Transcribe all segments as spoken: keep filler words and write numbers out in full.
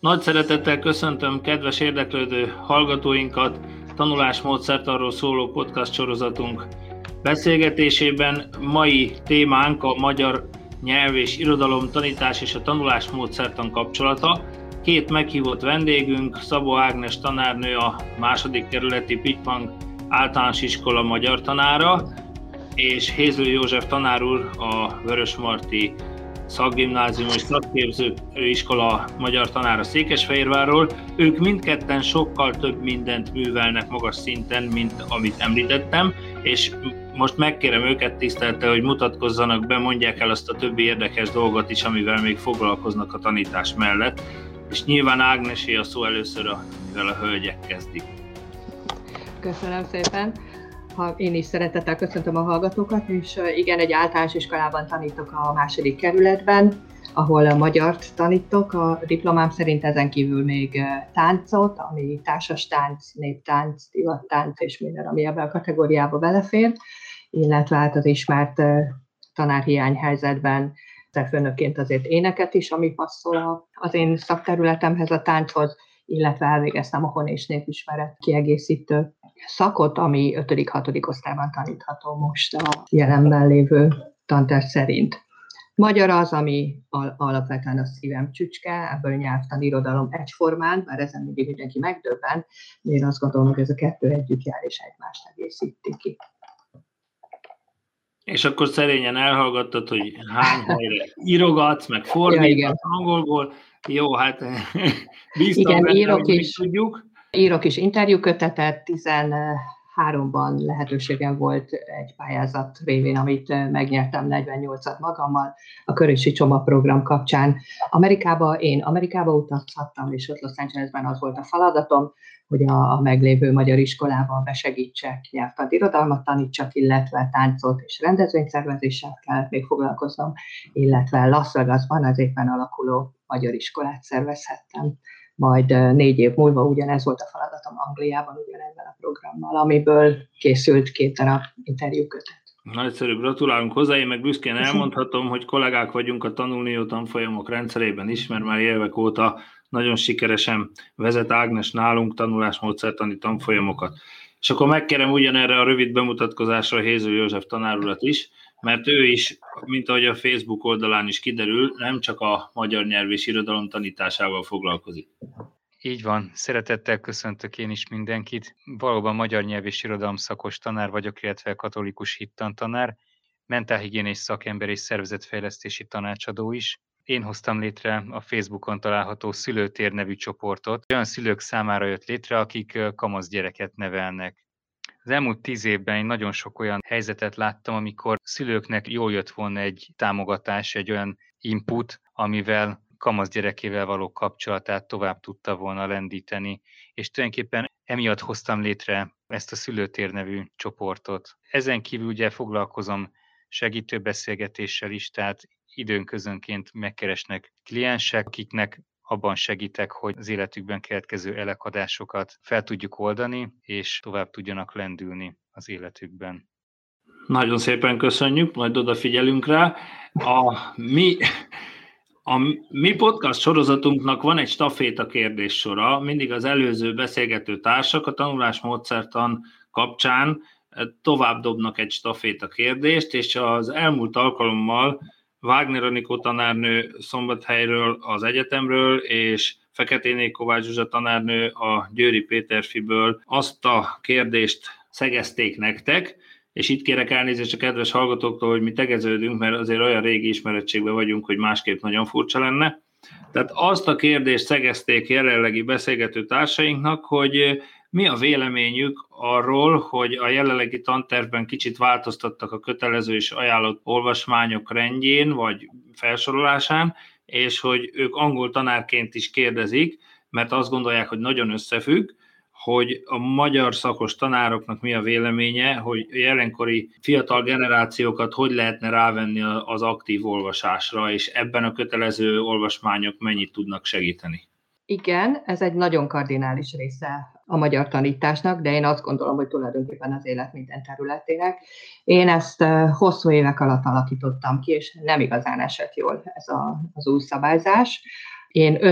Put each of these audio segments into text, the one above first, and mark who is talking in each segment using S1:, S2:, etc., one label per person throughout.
S1: Nagy szeretettel köszöntöm kedves érdeklődő hallgatóinkat tanulásmódszertanról szóló podcast sorozatunk beszélgetésében. Mai témánk a magyar nyelv és irodalom tanítás és a tanulásmódszertan kapcsolata. Két meghívott vendégünk, Szabó Ágnes tanárnő, a második kerületi Pittypang általános iskola magyar tanára, és Héző József tanár úr, a Vörösmarty Szakgimnázium és Szakképzőiskola magyar tanára Székesfehérvárról. Ők mindketten sokkal több mindent művelnek magas szinten, mint amit említettem, és most megkérem őket tisztelettel, hogy mutatkozzanak be, mondják el azt a többi érdekes dolgot is, amivel még foglalkoznak a tanítás mellett. És nyilván Ágnesé a szó először, amivel a hölgyek kezdik.
S2: Köszönöm szépen. Ha én is szeretettel köszöntöm a hallgatókat, és igen, egy általános iskolában tanítok a második kerületben, ahol a magyart tanítok. A diplomám szerint ezen kívül még táncot, ami társas tánc, néptánc, divattánc és minden, ami ebben a kategóriába belefér, illetve hát az ismert tanárhiány helyzetben főnökként azért éneket is, ami passzol az én szakterületemhez, a tánchoz, illetve elvégeztem a hon- és népismeret kiegészítő szakot, ami ötödik-hatodik osztályban tanítható most a jelenben lévő tanterv szerint. Magyar az, ami alapvetően a szívem csücske, ebből nyelvtan, irodalom egyformán, bár ezen mindig mindenki megdöbben, de én azt gondolom, hogy ez a kettő együtt jár és egymást egészíti ki.
S1: És akkor szerényen elhallgattad, hogy hány helyre írogatsz, meg fordítasz ja, angolból. Jó, hát bíztam
S2: igen,
S1: benne,
S2: írok
S1: hogy
S2: is,
S1: tudjuk.
S2: Írok is interjúkötetet, tizenháromban lehetőségem volt egy pályázat révén, amit megnyertem negyvennyolcat magammal a Körösi Csoma program kapcsán. Amerikába, én Amerikába utazhattam, és ott Los Angelesben az volt a feladatom, hogy a, a meglévő magyar iskolában besegítsek, nyelvtant, irodalmat tanítsak, illetve táncot és rendezvényszervezéssel kell még foglalkoznom, illetve Las Vegasban az éppen alakuló magyar iskolát szervezhettem. Majd négy év múlva ugyanez volt a feladatom Angliában, ugyanezzel a programmal, amiből készült két darab interjúkötet.
S1: Nagyszerű, gratulálunk hozzá, én meg büszkén elmondhatom, hogy kollégák vagyunk a Tanulnió tanfolyamok rendszerében is, mert már évek óta nagyon sikeresen vezet Ágnes nálunk tanulásmódszertani tanfolyamokat. És akkor megkérem ugyanerre a rövid bemutatkozásra Héző József tanár urat is, mert ő is, mint ahogy a Facebook oldalán is kiderül, nem csak a magyar nyelv és irodalom tanításával foglalkozik.
S3: Így van, szeretettel köszöntök én is mindenkit. Valóban magyar nyelv és irodalom szakos tanár vagyok, illetve katolikus hittantanár, mentálhigiénés szakember és szervezetfejlesztési tanácsadó is. Én hoztam létre a Facebookon található Szülőtér nevű csoportot. Olyan szülők számára jött létre, akik kamasz gyereket nevelnek. Az elmúlt tíz évben én nagyon sok olyan helyzetet láttam, amikor szülőknek jól jött volna egy támogatás, egy olyan input, amivel kamasz gyerekével való kapcsolatát tovább tudta volna lendíteni, és tulajdonképpen emiatt hoztam létre ezt a Szülőtér nevű csoportot. Ezen kívül ugye foglalkozom segítőbeszélgetéssel is, tehát időnközönként megkeresnek kliensek, akiknek abban segítek, hogy az életükben keletkező elakadásokat fel tudjuk oldani, és tovább tudjanak lendülni az életükben.
S1: Nagyon szépen köszönjük, majd odafigyelünk rá. A mi, a mi podcast sorozatunknak van egy staféta kérdéssora, mindig az előző beszélgető társak a tanulásmódszertan kapcsán tovább dobnak egy staféta kérdést, és az elmúlt alkalommal Wagner Anikó tanárnő Szombathelyről, az egyetemről, és Feketéné Kovács Zsuzsa tanárnő a Győri Péterfiből azt a kérdést szegezték nektek, és itt kérek elnézést a kedves hallgatóktól, hogy mi tegeződünk, mert azért olyan régi ismerettségben vagyunk, hogy másképp nagyon furcsa lenne. Tehát azt a kérdést szegezték jelenlegi beszélgető társainknak, hogy mi a véleményük arról, hogy a jelenlegi tantervben kicsit változtattak a kötelező és ajánlott olvasmányok rendjén vagy felsorolásán, és hogy ők angol tanárként is kérdezik, mert azt gondolják, hogy nagyon összefügg, hogy a magyar szakos tanároknak mi a véleménye, hogy a jelenkori fiatal generációkat hogy lehetne rávenni az aktív olvasásra, és ebben a kötelező olvasmányok mennyit tudnak segíteni.
S2: Igen, ez egy nagyon kardinális része a magyar tanításnak, de én azt gondolom, hogy tulajdonképpen az élet minden területének. Én ezt hosszú évek alatt alakítottam ki, és nem igazán esett jól ez a, az új szabályzás. Én öt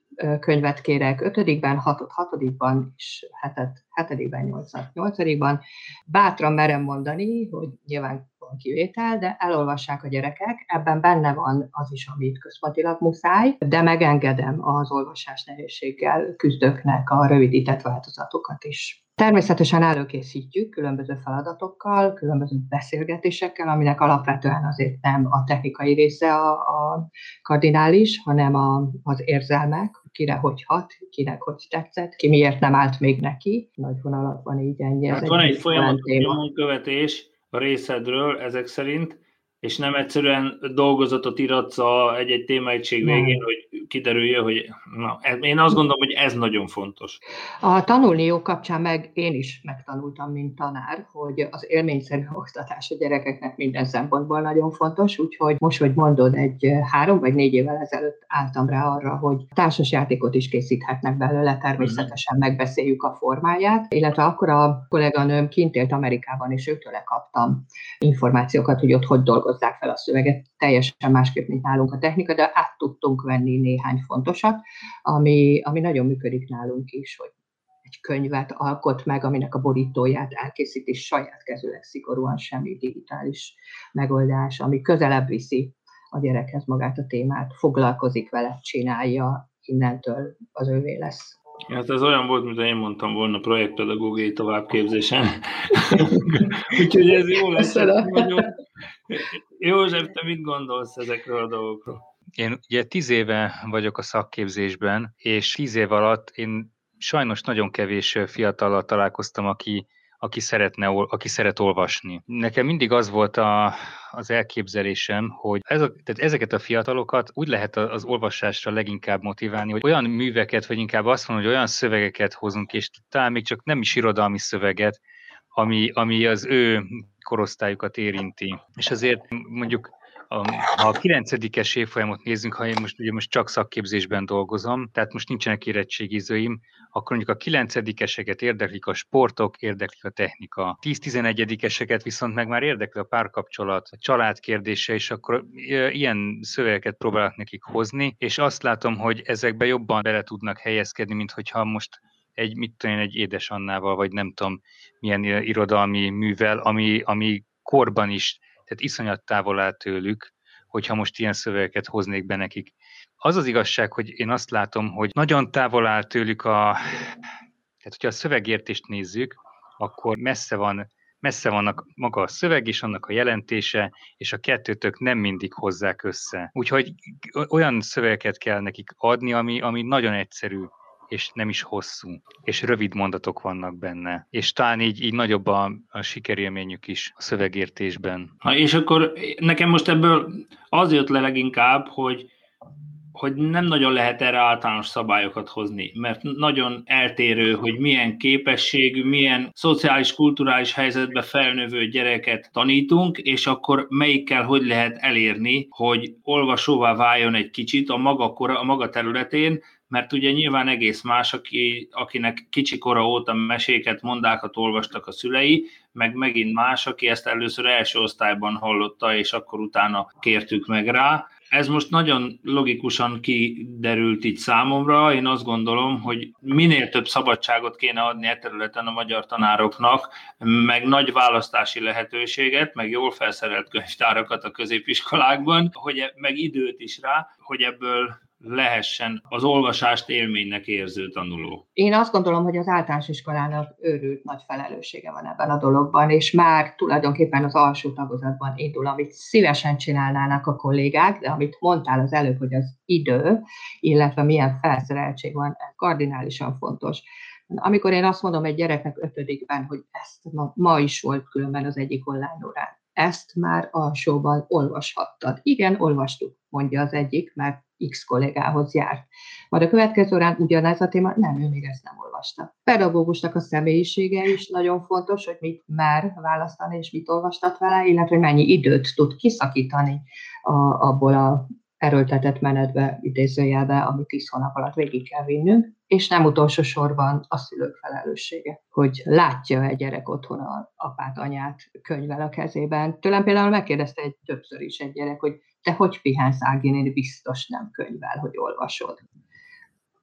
S2: könyvet kérek ötödikben, hatot hatodikban, és hetet hetedikben, nyolcat nyolcadikban. Bátran merem mondani, hogy nyilván van kivétel, de elolvassák a gyerekek, ebben benne van az is, amit központilag muszáj, de megengedem az olvasás nehézséggel küzdőknek a rövidített változatokat is. Természetesen előkészítjük különböző feladatokkal, különböző beszélgetésekkel, aminek alapvetően azért nem a technikai része a, a kardinális, hanem a, az érzelmek, kire hogy hat, kinek hogy tetszett, ki miért nem állt még neki. Nagy vonalakban így ennyi.
S1: Hát van egy folyamatos nyomonkövetés a részedről ezek szerint, és nem egyszerűen dolgozatot iratsz a egy-egy témaegység végén, hogy kiderüljön, hogy na, én azt gondolom, hogy ez nagyon fontos.
S2: A tanulniuk kapcsán meg én is megtanultam, mint tanár, hogy az élményszerű oktatás a gyerekeknek minden szempontból nagyon fontos, úgyhogy most, hogy mondod, egy három vagy négy évvel ezelőtt álltam rá arra, hogy társasjátékot is készíthetnek belőle, természetesen megbeszéljük a formáját, illetve akkor a kolléganőm kint élt Amerikában, és őtőle kaptam információkat, hogy ott hogy dolgozzák fel a szöveget, teljesen másképp, mint nálunk a technika, de át tudtunk venni néhány fontosat, ami, ami nagyon működik nálunk is, hogy egy könyvet alkot meg, aminek a borítóját elkészíti saját kezűleg, szigorúan semmi digitális megoldás, ami közelebb viszi a gyerekhez magát a témát, foglalkozik vele, csinálja, innentől az ővé lesz.
S1: Hát ez olyan volt, mint én mondtam volna projektpedagógiai továbbképzésen. Úgyhogy ez jó lesz. József, te mit gondolsz ezekről a dolgokról?
S3: Én ugye tíz éve vagyok a szakképzésben, és tíz év alatt én sajnos nagyon kevés fiatallal találkoztam, aki, aki, szeretne, aki szeret olvasni. Nekem mindig az volt a, az elképzelésem, hogy ez a, tehát ezeket a fiatalokat úgy lehet az olvasásra leginkább motiválni, hogy olyan műveket, vagy inkább azt mondom, hogy olyan szövegeket hozunk, és talán még csak nem is irodalmi szöveget, ami, ami az ő korosztályukat érinti. És azért mondjuk ha a kilencedikes évfolyamot nézzünk, ha én most, ugye most csak szakképzésben dolgozom, tehát most nincsenek érettségizőim, akkor mondjuk a kilencedikeseket érdeklik a sportok, érdeklik a technika. tíz-tizenegyedikeseket viszont meg már érdekli a párkapcsolat, a család kérdése, és akkor ilyen szövegeket próbálok nekik hozni, és azt látom, hogy ezekbe jobban bele tudnak helyezkedni, mint hogyha most egy, mit tudom én, egy Édes Annával, vagy nem tudom milyen irodalmi művel, ami, ami korban is, tehát iszonyat távol áll tőlük, hogyha most ilyen szövegeket hoznék be nekik. Az az igazság, hogy én azt látom, hogy nagyon távol áll tőlük a... Tehát, hogyha a szövegértést nézzük, akkor messze van, messze vannak maga a szöveg és annak a jelentése, és a kettőtök nem mindig hozzák össze. Úgyhogy olyan szövegeket kell nekik adni, ami, ami nagyon egyszerű, és nem is hosszú, és rövid mondatok vannak benne. És talán így, így nagyobb a, a sikerélményük is a szövegértésben.
S1: Ha, és akkor nekem most ebből az jött le leginkább, hogy, hogy nem nagyon lehet erre általános szabályokat hozni, mert nagyon eltérő, hogy milyen képességű, milyen szociális, kulturális helyzetbe felnövő gyereket tanítunk, és akkor melyikkel hogy lehet elérni, hogy olvasóvá váljon egy kicsit a maga, kora, a maga területén, mert ugye nyilván egész más, aki, akinek kicsi kora óta meséket, mondákat olvastak a szülei, meg megint más, aki ezt először első osztályban hallotta, és akkor utána kértük meg rá. Ez most nagyon logikusan kiderült így számomra. Én azt gondolom, hogy minél több szabadságot kéne adni e területen a magyar tanároknak, meg nagy választási lehetőséget, meg jól felszerelt könyvtárakat a középiskolákban, hogy meg időt is rá, hogy ebből lehessen az olvasást élménynek érző tanuló.
S2: Én azt gondolom, hogy az általános iskolának őrült nagy felelőssége van ebben a dologban, és már tulajdonképpen az alsó tagozatban indul, amit szívesen csinálnának a kollégák, de amit mondtál az előbb, hogy az idő, illetve milyen felszereltség van, ez kardinálisan fontos. Amikor én azt mondom egy gyereknek ötödikben, hogy ezt ma, ma is volt különben az egyik online órán, ezt már alsóban olvashattad. Igen, olvastuk, mondja az egyik, mert X kollégához járt. Majd a következő órán ugyanez a téma, nem, ő még ezt nem olvasta. Pedagógusnak a személyisége is nagyon fontos, hogy mit mer választani, és mit olvastat vele, illetve mennyi időt tud kiszakítani a, abból a erőltetett menetbe, idézőjelbe, amit tíz hónap alatt végig kell vinnünk, és nem utolsó sorban a szülők felelőssége, hogy látja egy gyerek otthon a apát, anyát könyvvel a kezében. Tőlem például megkérdezte egy többször is egy gyerek, hogy te hogy pihensz, Ági néni, biztos nem könyvvel, hogy olvasod.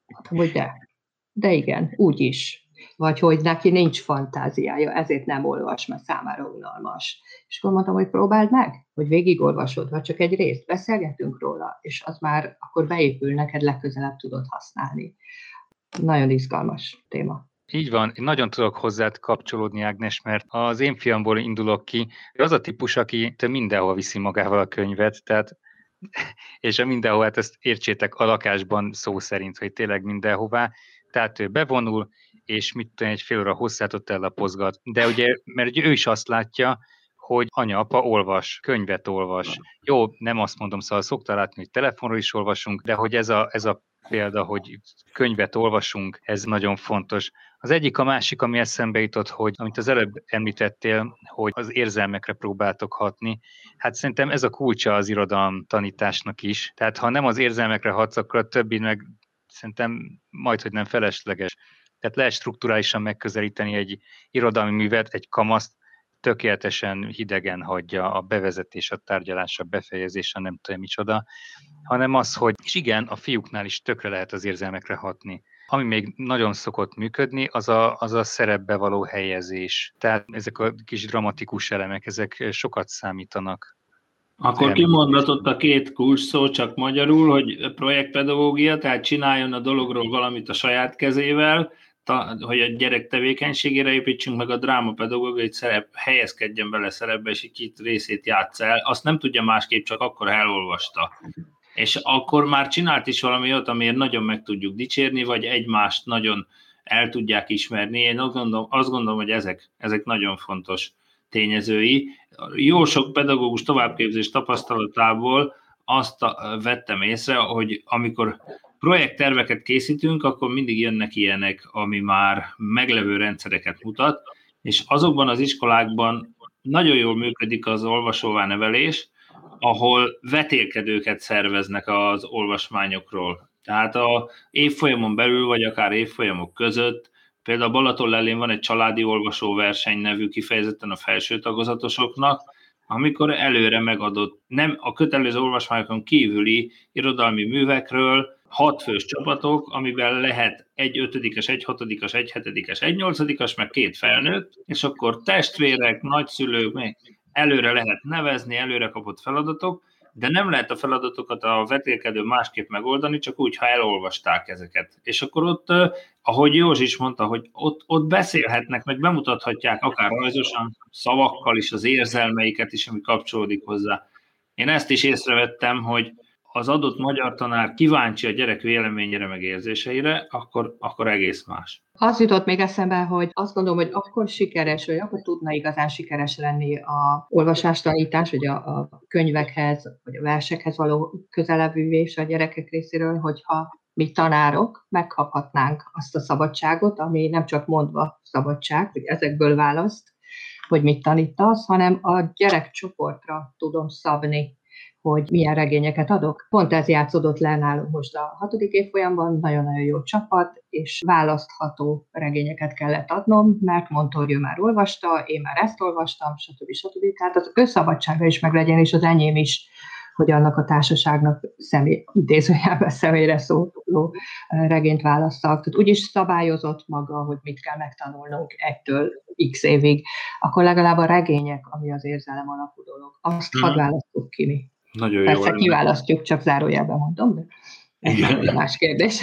S2: Hogy de, de igen, úgy is. Vagy hogy neki nincs fantáziája, ezért nem olvas, mert számára unalmas. És akkor mondtam, hogy próbáld meg, hogy végigolvasod, vagy csak egy részt, beszélgetünk róla, és az már akkor beépül, neked legközelebb tudod használni. Nagyon izgalmas téma.
S3: Így van, én nagyon tudok hozzád kapcsolódni, Ágnes, mert az én fiamból indulok ki. Ő az a típus, aki mindenhol viszi magával a könyvet, tehát és a mindenhol, hát ezt értsétek a lakásban szó szerint, hogy tényleg mindenhová. Tehát ő bevonul, és mit tudom, egy fél óra hosszát ott ellapozgat. De ugye, mert ugye ő is azt látja, hogy anya, apa olvas, könyvet olvas. Jó, nem azt mondom, szóval szokta látni, hogy telefonról is olvasunk, de hogy ez a, ez a példa, hogy könyvet olvasunk, ez nagyon fontos. Az egyik, a másik, ami eszembe jutott, hogy amit az előbb említettél, hogy az érzelmekre próbáltok hatni, hát szerintem ez a kulcsa az irodalom tanításnak is. Tehát ha nem az érzelmekre hatsz, akkor a többi meg szerintem majdhogy nem felesleges. Tehát lehet strukturálisan megközelíteni egy irodalmi művet, egy kamaszt, tökéletesen hidegen hagyja a bevezetés, a tárgyalás, a befejezés, a nem tudom micsoda, hanem az, hogy és igen, a fiúknál is tökre lehet az érzelmekre hatni. Ami még nagyon szokott működni, az a, az a szerepbe való helyezés. Tehát ezek a kis dramatikus elemek, ezek sokat számítanak.
S1: Akkor kimondatott a két kulcs szó csak magyarul, hogy projektpedagógia, tehát csináljon a dologról valamit a saját kezével, ta, hogy a gyerek tevékenységére építsünk, meg a drámapedagógia, hogy szerep, helyezkedjen bele szerepbe, és egy két részét játsz el. Azt nem tudja másképp, csak akkor elolvasta. És akkor már csinált is valami olyat, amiért nagyon meg tudjuk dicsérni, vagy egymást nagyon el tudják ismerni. Én azt gondolom, azt gondolom hogy ezek, ezek nagyon fontos tényezői. Jó sok pedagógus továbbképzés tapasztalatából azt vettem észre, hogy amikor projektterveket készítünk, akkor mindig jönnek ilyenek, ami már meglevő rendszereket mutat, és azokban az iskolákban nagyon jól működik az olvasóvá nevelés, ahol vetélkedőket szerveznek az olvasmányokról. Tehát a évfolyamon belül, vagy akár évfolyamok között, például Balatonlellén van egy családi olvasóverseny nevű kifejezetten a felső tagozatosoknak, amikor előre megadott, nem a kötelező olvasmányokon kívüli irodalmi művekről hatfős csapatok, amivel lehet egy ötödikes, egy hatodikos, egy hetedikes, egy nyolcadikos, meg két felnőtt, és akkor testvérek, nagyszülők, még előre lehet nevezni, előre kapott feladatok, de nem lehet a feladatokat a vetélkedő másképp megoldani, csak úgy, ha elolvasták ezeket. És akkor ott, ahogy Józsi is mondta, hogy ott, ott beszélhetnek, meg bemutathatják akár rajzosan, szavakkal is az érzelmeiket is, ami kapcsolódik hozzá. Én ezt is észrevettem, hogy az adott magyar tanár kíváncsi a gyerek véleményére, meg érzéseire, akkor, akkor egész más.
S2: Az jutott még eszembe, hogy azt gondolom, hogy akkor sikeres, vagy akkor tudna igazán sikeres lenni a olvasástanítás, vagy a, a könyvekhez, vagy a versekhez való közelebülés a gyerekek részéről, hogyha mi tanárok megkaphatnánk azt a szabadságot, ami nem csak mondva szabadság, hogy ezekből választ, hogy mit tanítasz, hanem a gyerekcsoportra tudom szabni, hogy milyen regényeket adok. Pont ez játszódott le nálunk most a hatodik évfolyamban, nagyon-nagyon jó csapat, és választható regényeket kellett adnom, mert Montorjó már olvasta, én már ezt olvastam, stb. stb. Tehát az összabadsága is meglegyen, és az enyém is, hogy annak a társaságnak személy, idézőjelben személyre szóló regényt választak. Tehát úgyis szabályozott maga, hogy mit kell megtanulnunk ettől x évig. Akkor legalább a regények, ami az érzelem alapú dolog, azt hmm. hadd választjuk ki mi.
S1: Nagyon
S2: Persze
S1: jó
S2: kiválasztjuk, csak zárójelben mondom, de ez igen. Más kérdés.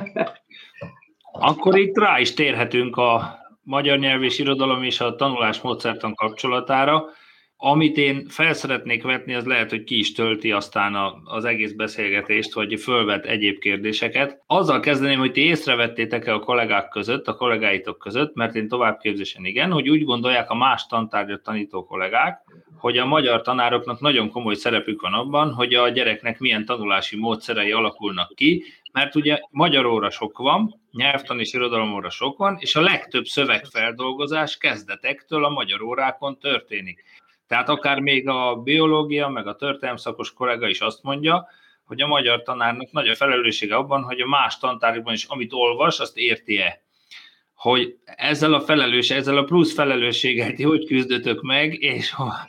S1: Akkor itt rá is térhetünk a magyar nyelv és irodalom és a tanulás módszertan kapcsolatára. Amit én fel szeretnék vetni, az lehet, hogy ki is tölti aztán az egész beszélgetést, vagy fölvet egyéb kérdéseket. Azzal kezdeném, hogy ti észrevettétek-e a kollégák között, a kollégáitok között, mert én továbbképzésen igen, hogy úgy gondolják a más tantárgyat tanító kollégák, hogy a magyar tanároknak nagyon komoly szerepük van abban, hogy a gyereknek milyen tanulási módszerei alakulnak ki, mert ugye magyar óra sok van, nyelvtan és irodalom óra sok van, és a legtöbb szövegfeldolgozás kezdetektől a magyar órákon történik. Tehát akár még a biológia, meg a történelemszakos kollega is azt mondja, hogy a magyar tanárnak nagy a felelőssége abban, hogy a más tantárgyban is, amit olvas, azt érti-e. Hogy ezzel a felelős, ezzel a plusz felelősséggel ti hogy küzdötök meg, és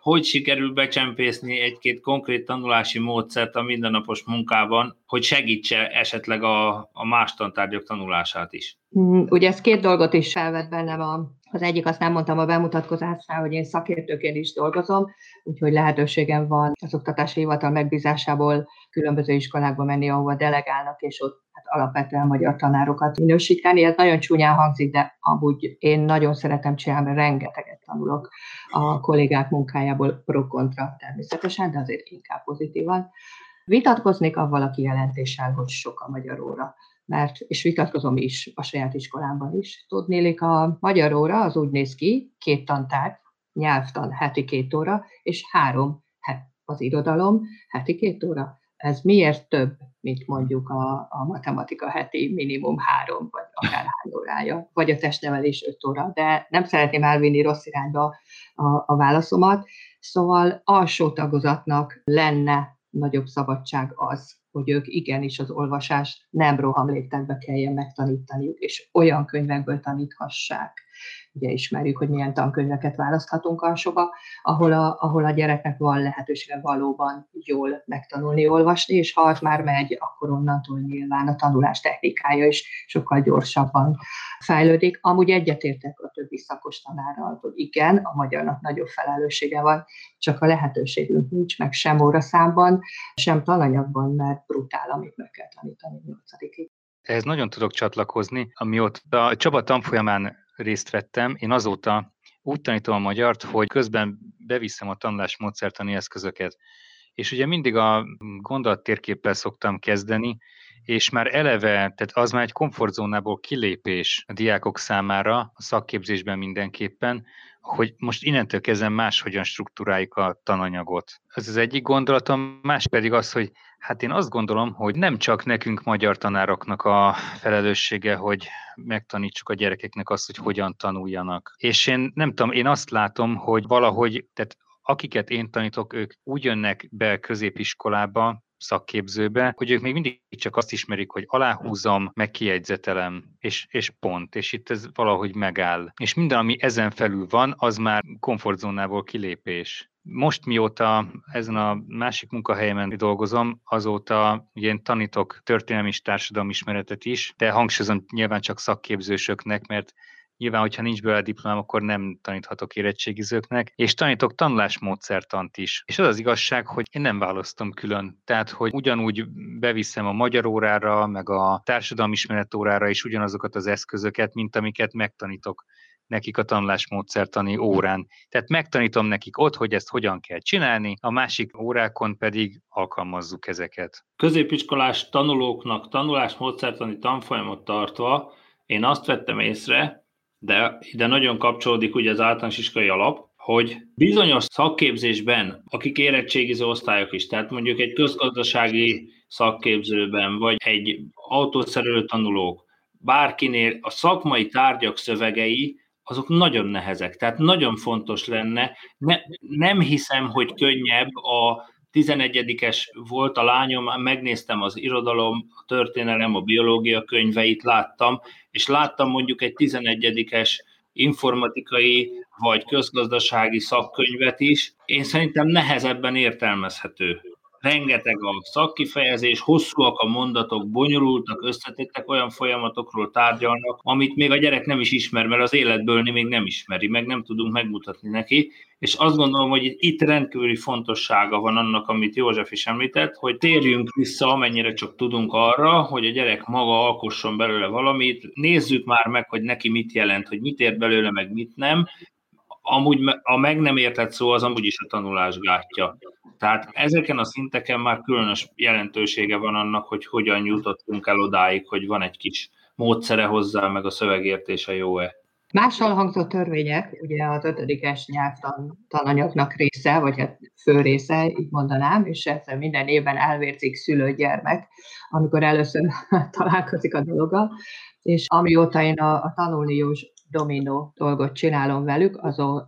S1: hogy sikerül becsempészni egy-két konkrét tanulási módszert a mindennapos munkában, hogy segítse esetleg a, a más tantárgyak tanulását is.
S2: Ugye ez két dolgot is felvett bennem. A, az egyik, azt nem mondtam a bemutatkozásnál, hogy én szakértőként is dolgozom, úgyhogy lehetőségem van az oktatási hivatal megbízásából különböző iskolákba menni, ahova delegálnak, és ott hát alapvetően magyar tanárokat minősíteni. Ez nagyon csúnyán hangzik, de amúgy én nagyon szeretem csinálni, mert rengeteget tanulok a kollégák munkájából, pro-kontra természetesen, de azért inkább pozitívan. Vitatkoznék avval a kijelentéssel, hogy sok a magyar óra, mert, és vitatkozom is a saját iskolámban is. Tudnélik, a magyar óra az úgy néz ki, két tantárgy, nyelvtan heti két óra, és három az irodalom heti két óra. Ez miért több, mint mondjuk a, a matematika heti minimum három, vagy akár hány órája, vagy a testnevelés öt óra, de nem szeretném elvinni rossz irányba a, a válaszomat. Szóval alsó tagozatnak lenne nagyobb szabadság az, hogy ők igenis az olvasást nem rohamléptekbe kelljen megtanítaniuk, és olyan könyvekből taníthassák. Ugye ismerjük, hogy milyen tankönyveket választhatunk alsóba, ahol a, ahol a gyereknek van lehetősége valóban jól megtanulni, olvasni, és ha az már megy, akkor onnantól nyilván a tanulás technikája is sokkal gyorsabban fejlődik. Amúgy egyetértek a többi szakos tanárral, hogy igen, a magyarnak nagyobb felelőssége van, csak a lehetőségünk nincs meg sem óraszámban, sem tananyagban, mert brutál, amit meg kell tanítani nyolcadikig.
S3: Ehhez nagyon tudok csatlakozni, amióta a Csaba tanfolyamán részt vettem, én azóta úgy tanítom a magyart, hogy közben beviszem a tanulás módszertani eszközöket. És ugye mindig a gondolattérképpel szoktam kezdeni, és már eleve, tehát az már egy komfortzónából kilépés a diákok számára, a szakképzésben mindenképpen, hogy most innentől kezdve máshogyan struktúráljuk a tananyagot. Ez az egyik gondolatom, más pedig az, hogy hát én azt gondolom, hogy nem csak nekünk magyar tanároknak a felelőssége, hogy megtanítsuk a gyerekeknek azt, hogy hogyan tanuljanak. És én nem tudom, én azt látom, hogy valahogy, tehát akiket én tanítok, ők úgy jönnek be középiskolába, szakképzőbe, hogy ők még mindig csak azt ismerik, hogy aláhúzom, meg kijegyzetelem, és, és pont, és itt ez valahogy megáll. És minden, ami ezen felül van, az már komfortzónából kilépés. Most mióta ezen a másik munkahelyemen dolgozom, azóta ugye én tanítok történelmi és társadalmismeretet is, de hangsúlyozom nyilván csak szakképzősöknek, mert nyilván, hogyha nincs belőle diplomám, akkor nem taníthatok érettségizőknek, és tanítok tanulásmódszertant is. És az az igazság, hogy én nem választom külön. Tehát, hogy ugyanúgy beviszem a magyar órára, meg a társadalmismeret órára is ugyanazokat az eszközöket, mint amiket megtanítok nekik a tanulásmódszertani órán. Tehát megtanítom nekik ott, hogy ezt hogyan kell csinálni, a másik órákon pedig alkalmazzuk ezeket.
S1: Középiskolás tanulóknak tanulásmódszertani tanfolyamot tartva én azt vettem észre, de ide nagyon kapcsolódik ugye az általános iskolai alap, hogy bizonyos szakképzésben, akik érettségiző osztályok is, tehát mondjuk egy közgazdasági szakképzőben, vagy egy autószerelő tanulók, bárkinél a szakmai tárgyak szövegei, azok nagyon nehezek. Tehát nagyon fontos lenne. Ne, nem hiszem, hogy könnyebb a tizenegyedikes volt a lányom, megnéztem az irodalom, a történelem, a biológia könyveit, láttam, és láttam mondjuk egy tizenegyedikes informatikai vagy közgazdasági szakkönyvet is. Én szerintem nehezebben értelmezhető. Rengeteg a szakkifejezés, hosszúak a mondatok, bonyolultak, összetettek, olyan folyamatokról tárgyalnak, amit még a gyerek nem is ismer, mert az életből még nem ismeri, meg nem tudunk megmutatni neki. És azt gondolom, hogy itt rendkívüli fontossága van annak, amit József is említett, hogy térjünk vissza, amennyire csak tudunk arra, hogy a gyerek maga alkosson belőle valamit, nézzük már meg, hogy neki mit jelent, hogy mit ért belőle, meg mit nem. Amúgy a meg nem értett szó az amúgy is a tanulás gátja. Tehát ezeken a szinteken már különös jelentősége van annak, hogy hogyan jutottunk el odáig, hogy van egy kis módszere hozzá, meg a szövegértése jó-e.
S2: Máshol hangzott törvények, ugye az ötödikes nyelvtan tananyagnak része, vagy hát fő része, így mondanám, és ezzel minden évben elvérzik szülő-gyermek, amikor először találkozik a dologgal, és amióta én a, a tanulniós dominó dolgot csinálom velük,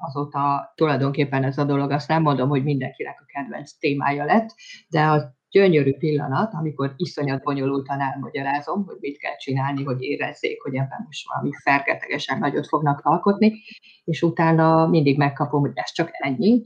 S2: azóta tulajdonképpen ez a dolog, azt nem mondom, hogy mindenkinek a kedvenc témája lett, de a gyönyörű pillanat, amikor iszonyat bonyolultan elmagyarázom, hogy mit kell csinálni, hogy érezzék, hogy ebben most valami fergetegesen nagyot fognak alkotni, és utána mindig megkapom, hogy ez csak ennyi,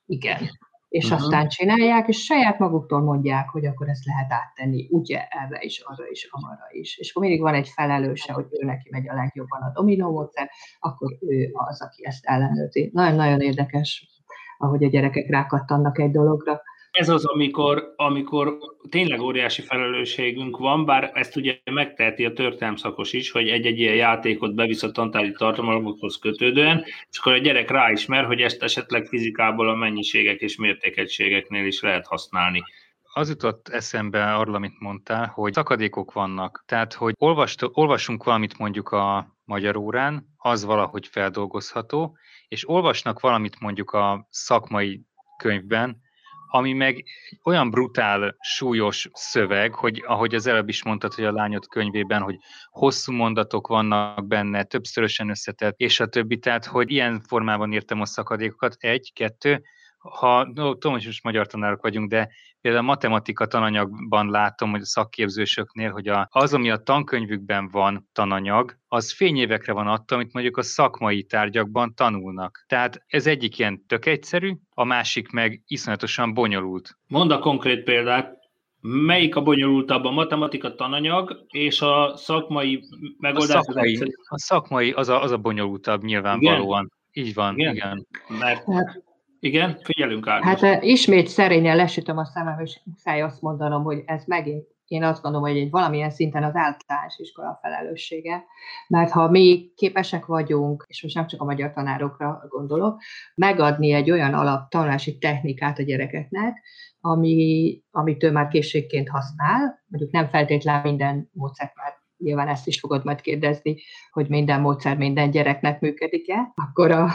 S2: Igen. És
S1: uh-huh.
S2: aztán csinálják, és saját maguktól mondják, hogy akkor ezt lehet áttenni, ugye, erre is, arra is, amarra is. És akkor mindig van egy felelőse, hogy ő neki megy a legjobban a dominó módszer, akkor ő az, aki ezt ellenőrzi. Nagyon-nagyon érdekes, ahogy a gyerekek rákattannak egy dologra.
S1: Ez az, amikor, amikor tényleg óriási felelősségünk van, bár ezt ugye megteheti a történelemszakos is, hogy egy-egy ilyen játékot bevisz a tantárgyi tartalmakhoz kötődően, és akkor a gyerek ráismer, hogy ezt esetleg fizikából a mennyiségek és mértékegységeknél is lehet használni.
S3: Az jutott eszembe arról, amit mondtál, hogy szakadékok vannak. Tehát, hogy olvast, olvasunk valamit mondjuk a magyar órán, az valahogy feldolgozható, és olvasnak valamit mondjuk a szakmai könyvben, ami meg olyan brutál, súlyos szöveg, hogy ahogy az előbb is mondtad, hogy a lányod könyvében, hogy hosszú mondatok vannak benne, többszörösen összetett, és a többi, tehát, hogy ilyen formában írtam a szakadékokat, egy, kettő, ha, no, tudom, hogy most magyar tanárok vagyunk, de például a matematika tananyagban látom, hogy a szakképzősöknél, hogy a, az, ami a tankönyvükben van tananyag, az fényévekre van attól, amit mondjuk a szakmai tárgyakban tanulnak. Tehát ez egyik ilyen tök egyszerű, a másik meg iszonyatosan bonyolult.
S1: Mondd a konkrét példát. Melyik a bonyolultabb, a matematika tananyag és a szakmai megoldás?
S3: A szakmai, a szakmai az, a, az a bonyolultabb nyilvánvalóan. Igen? Így van, igen. igen.
S1: Mert... Hát, igen, figyelünk át.
S2: Hát ismét szerényen lesütöm a szemem, és muszáj azt mondanom, hogy ez megint, én azt gondolom, hogy egy valamilyen szinten az általános iskola felelőssége, mert ha mi képesek vagyunk, és most nem csak a magyar tanárokra gondolok, megadni egy olyan alap tanulási technikát a gyerekeknek, ami, amit ő már készségként használ, mondjuk nem feltétlenül minden módszert, már nyilván ezt is fogod majd kérdezni, hogy minden módszer minden gyereknek működik-e, akkor a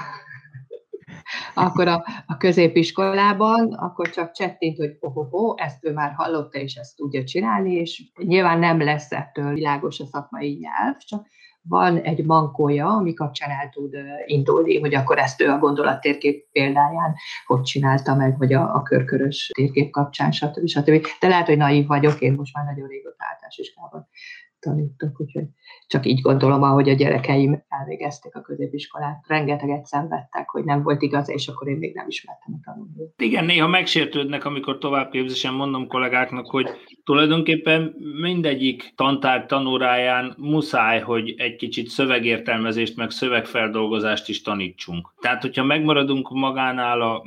S2: akkor a, a középiskolában, akkor csak csettint, hogy ohoho, ezt ő már hallotta, és ezt tudja csinálni, és nyilván nem lesz ettől világos a szakmai nyelv, csak van egy mankója, ami kapcsán el tud indulni, hogy akkor ezt ő a gondolattérkép példáján hogy csinálta meg, vagy a, a körkörös térkép kapcsán, stb. stb. De lehet, hogy naív vagyok, én most már nagyon régóta általános iskolában tanítok, úgyhogy csak így gondolom, ahogy a gyerekeim elvégezték a középiskolát. Rengeteget szenvedtek, hogy nem volt igaz, és akkor én még nem ismertem a tanulni.
S1: Igen, néha megsértődnek, amikor továbbképzésen mondom kollégáknak, hogy tulajdonképpen mindegyik tantárgy tanóráján muszáj, hogy egy kicsit szövegértelmezést, meg szövegfeldolgozást is tanítsunk. Tehát, hogyha megmaradunk magánál a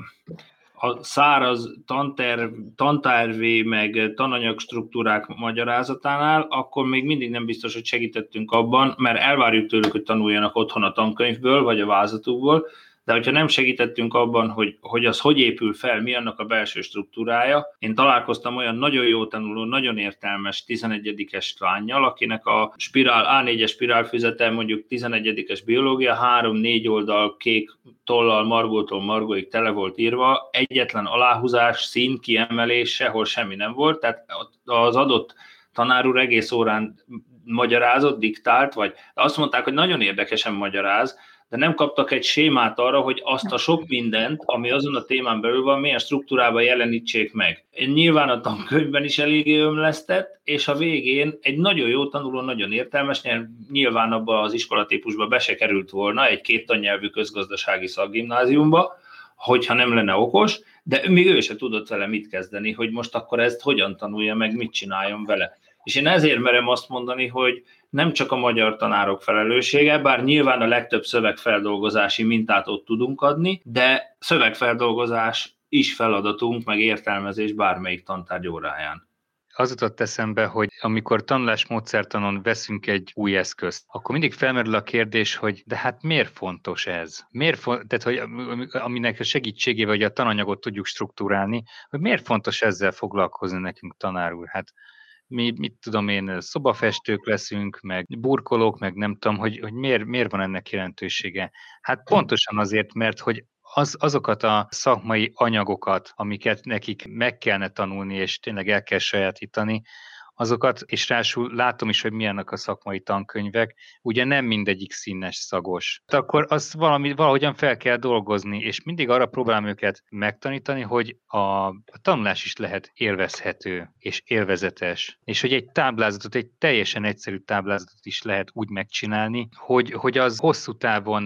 S1: a száraz tanterv, tantárvé, meg tananyag struktúrák magyarázatánál, akkor még mindig nem biztos, hogy segítettünk abban, mert elvárjuk tőlük, hogy tanuljanak otthon a tankönyvből, vagy a vázatukból, de hogyha nem segítettünk abban, hogy, hogy az hogy épül fel, mi annak a belső struktúrája. Én találkoztam olyan nagyon jó tanuló, nagyon értelmes tizenegyedikes lánnyal, akinek a spirál, á négyes spirálfüzete mondjuk tizenegyedikes biológia, három-négy oldal kék tollal, margótól margóig tele volt írva, egyetlen aláhúzás, szín, kiemelés, sehol semmi nem volt, tehát az adott tanár úr egész órán magyarázott, diktált, vagy azt mondták, hogy nagyon érdekesen magyaráz, de nem kaptak egy sémát arra, hogy azt a sok mindent, ami azon a témán belül van, milyen struktúrában jelenítsék meg. Nyilván a tankönyvben is eléggé ömlesztett, és a végén egy nagyon jó tanuló, nagyon értelmes, nyilván abban az iskolatípusba be se került volna egy két tannyelvű közgazdasági szakgimnáziumba, hogyha nem lenne okos, de még ő se tudott vele mit kezdeni, hogy most akkor ezt hogyan tanulja meg, mit csináljon vele. És én ezért merem azt mondani, hogy nem csak a magyar tanárok felelőssége, bár nyilván a legtöbb szövegfeldolgozási mintát ott tudunk adni, de szövegfeldolgozás is feladatunk, meg értelmezés bármelyik tantárgy óráján.
S3: Az jutott eszembe, hogy amikor tanulásmódszertanon veszünk egy új eszközt, akkor mindig felmerül a kérdés, hogy de hát miért fontos ez? Miért fo- tehát, hogy aminek a segítségével, hogy a tananyagot tudjuk struktúrálni, hogy miért fontos ezzel foglalkozni nekünk, tanár úr? Hát mi, mit tudom én, szobafestők leszünk, meg burkolók, meg nem tudom, hogy, hogy miért, miért van ennek jelentősége. Hát pontosan azért, mert hogy az, azokat a szakmai anyagokat, amiket nekik meg kellene tanulni, és tényleg el kell sajátítani, azokat, és ráadásul látom is, hogy milyenek a szakmai tankönyvek, ugye nem mindegyik színes, szagos. Akkor azt valami, valahogyan fel kell dolgozni, és mindig arra próbálom őket megtanítani, hogy a, a tanulás is lehet élvezhető, és élvezetes, és hogy egy táblázatot, egy teljesen egyszerű táblázatot is lehet úgy megcsinálni, hogy, hogy az hosszú távon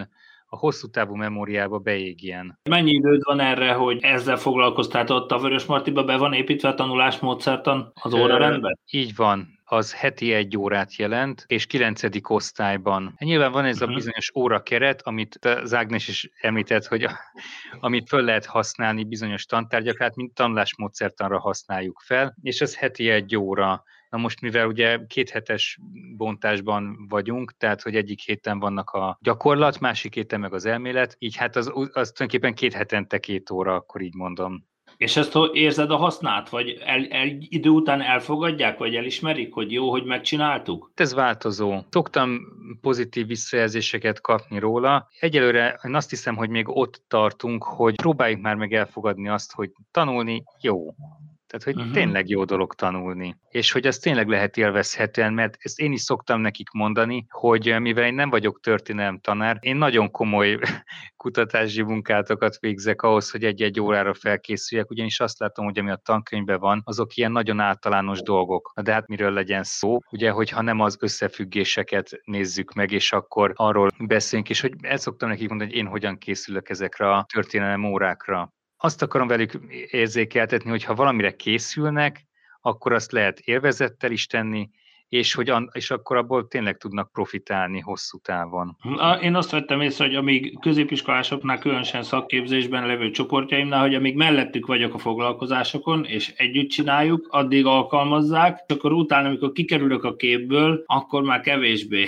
S3: a hosszú távú memóriába beégjen.
S1: Mennyi időd van erre, hogy ezzel foglalkoztál? Ott a Vörösmartyba be van építve a tanulásmódszertan az órarendben?
S3: Így van. Az heti egy órát jelent, és kilencedik osztályban. Nyilván van ez uh-huh. a bizonyos órakeret, amit az Ágnes is említett, hogy a, amit föl lehet használni bizonyos tantárgyakra, hát mint tanulásmódszertanra használjuk fel, és ez heti egy óra. Na most, mivel ugye kéthetes bontásban vagyunk, tehát, hogy egyik héten vannak a gyakorlat, másik héten meg az elmélet, így hát az, az tulajdonképpen két hetente két óra, akkor így mondom.
S1: És ezt érzed a hasznát, vagy el, el, idő után elfogadják, vagy elismerik, hogy jó, hogy megcsináltuk?
S3: Ez változó. Szoktam pozitív visszajelzéseket kapni róla. Egyelőre én azt hiszem, hogy még ott tartunk, hogy próbáljuk már meg elfogadni azt, hogy tanulni jó. Tehát, hogy uh-huh. tényleg jó dolog tanulni. És hogy az tényleg lehet élvezhetően, mert ezt én is szoktam nekik mondani, hogy mivel én nem vagyok történelem tanár, én nagyon komoly kutatási munkátokat végzek ahhoz, hogy egy-egy órára felkészüljek, ugyanis azt látom, hogy ami a tankönyvben van, azok ilyen nagyon általános dolgok. De hát miről legyen szó? Ugye, hogyha nem az összefüggéseket nézzük meg, és akkor arról beszélünk, és hogy el szoktam nekik mondani, hogy én hogyan készülök ezekre a történelem órákra. Azt akarom velük érzékeltetni, hogy ha valamire készülnek, akkor azt lehet élvezettel is tenni, és, hogy an- és akkor abból tényleg tudnak profitálni hosszú távon.
S1: Én azt vettem észre, hogy amíg középiskolásoknál, különösen szakképzésben levő csoportjaimnál, hogy amíg mellettük vagyok a foglalkozásokon, és együtt csináljuk, addig alkalmazzák, és akkor utána, amikor kikerülök a képből, akkor már kevésbé.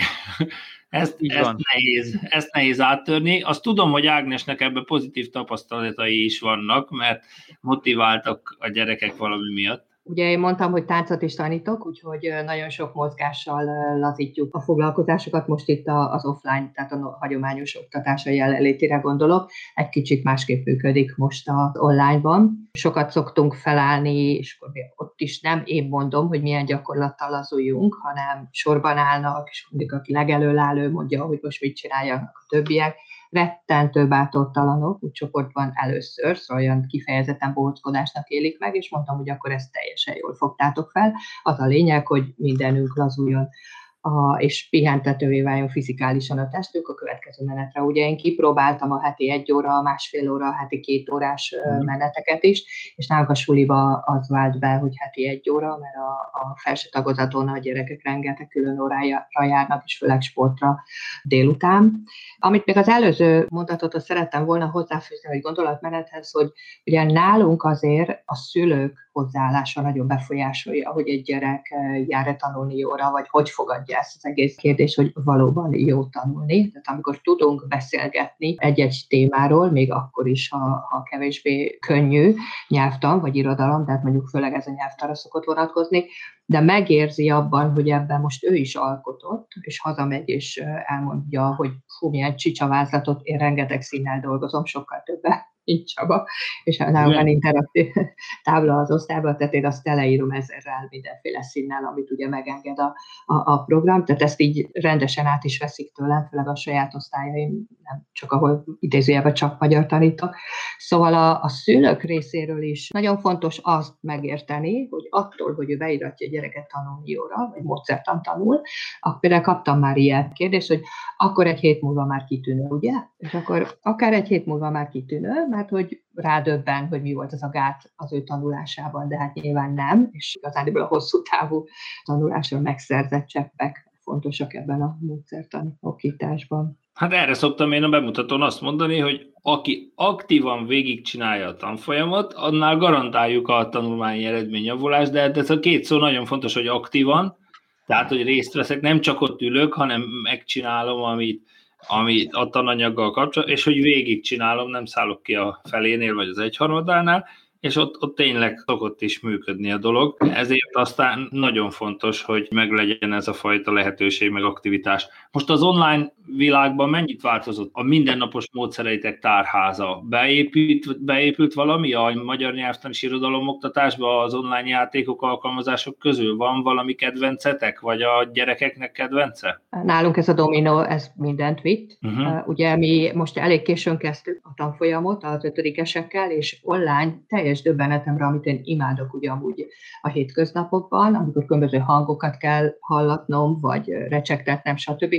S1: Ezt, ezt, nehéz, ezt nehéz áttörni. Azt tudom, hogy Ágnesnek ebben pozitív tapasztalatai is vannak, mert motiváltak a gyerekek valami miatt.
S2: Ugye én mondtam, hogy táncot is tanítok, úgyhogy nagyon sok mozgással lazítjuk a foglalkozásokat. Most itt az offline, tehát a hagyományos oktatása jelenlétére gondolok. Egy kicsit másképp működik most az online-ban. Sokat szoktunk felállni, és ott is nem én mondom, hogy milyen gyakorlattal lazuljunk, hanem sorban állnak, és mondjuk aki legelől állő mondja, hogy most mit csináljanak a többiek. Rettentő bátortalanok, úgy csoportban először, szóval olyan kifejezetten bohóckodásnak élik meg, és mondtam, hogy akkor ezt teljesen jól fogtátok fel. Az a lényeg, hogy mindenünk lazuljon, a, és pihentetővé váljon fizikálisan a testünk a következő menetre. Ugye én kipróbáltam a heti egy óra, másfél óra, heti két órás mm. meneteket is, és nálunk a suliba az vált be, hogy heti egy óra, mert a, a felső tagozaton a gyerekek rengeteg külön órára járnak, és főleg sportra délután. Amit még az előző mondatot szerettem volna hozzáfűzni, hogy gondolatmenethez, hogy ugye nálunk azért a szülők hozzáállása nagyon befolyásolja, hogy egy gyerek jár-e tanulni jóra, vagy hogy fogadja ezt az egész kérdés, hogy valóban jó tanulni. Tehát amikor tudunk beszélgetni egy-egy témáról, még akkor is, ha, ha kevésbé könnyű nyelvtan, vagy irodalom, tehát mondjuk főleg ez a nyelvtanra szokott vonatkozni, de megérzi abban, hogy ebben most ő is alkotott, és hazamegy, és elmondja, hogy fú, milyen csicsavázlatot, én rengeteg színnel dolgozom, sokkal többet, így Csaba, és nálunk van interaktív tábla az osztályban, tehát én azt teleírom ezerrel mindenféle színnel, amit ugye megenged a, a, a program, tehát ezt így rendesen át is veszik tőlem, főleg a saját osztályaim, nem csak ahol idézőjelben csak magyar tanítok. Szóval a, a szülők részéről is nagyon fontos azt megérteni, hogy attól, hogy ő beiratja a gyereket tanulni jóra, vagy módszertan tanul, akkor például kaptam már ilyen kérdést, hogy akkor egy hét múlva már kitűnő, ugye? És akkor akár egy hét múlva már kitűnő, mert hogy rádöbben, hogy mi volt az a gát az ő tanulásában, de hát nyilván nem, és igazán a hosszú távú tanulásra megszerzett cseppek fontosak ebben a módszertani oktatásban.
S1: Hát erre szoktam én a bemutatón azt mondani, hogy aki aktívan végigcsinálja a tanfolyamat, annál garantáljuk a tanulmányi eredményjavulást, de ez a két szó nagyon fontos, hogy aktívan, tehát hogy részt veszek, nem csak ott ülök, hanem megcsinálom, amit ami a tananyaggal kapcsolatban, és hogy végigcsinálom, nem szállok ki a felénél, vagy az egyharmadánál, és ott, ott tényleg szokott is működni a dolog. Ezért aztán nagyon fontos, hogy meglegyen ez a fajta lehetőség, meg aktivitás. Most az online világban mennyit változott a mindennapos módszereitek tárháza? Beépült, beépült valami a magyar nyelvtan és irodalom oktatásba az online játékok, alkalmazások közül? Van valami kedvencetek, vagy a gyerekeknek kedvence?
S2: Nálunk ez a dominó, ez mindent vitt. Uh-huh. Ugye mi most elég későn kezdtük a tanfolyamot az ötödikesekkel, és online teljes döbbenetemre, amit én imádok ugye amúgy a hétköznapokban, amikor különböző hangokat kell hallatnom, vagy recsegtetnem, stb.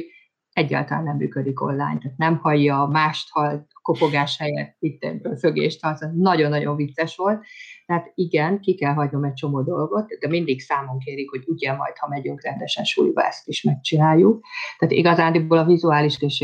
S2: egyáltalán nem működik online, tehát nem hallja, mást hall, kopogás helyett itt fögést, az nagyon-nagyon vicces volt. Tehát igen, ki kell hagynom egy csomó dolgot, de mindig számon kérik, hogy ugye majd, ha megyünk rendesen súlyba, ezt is megcsináljuk. Tehát igazándiból a vizuális készség.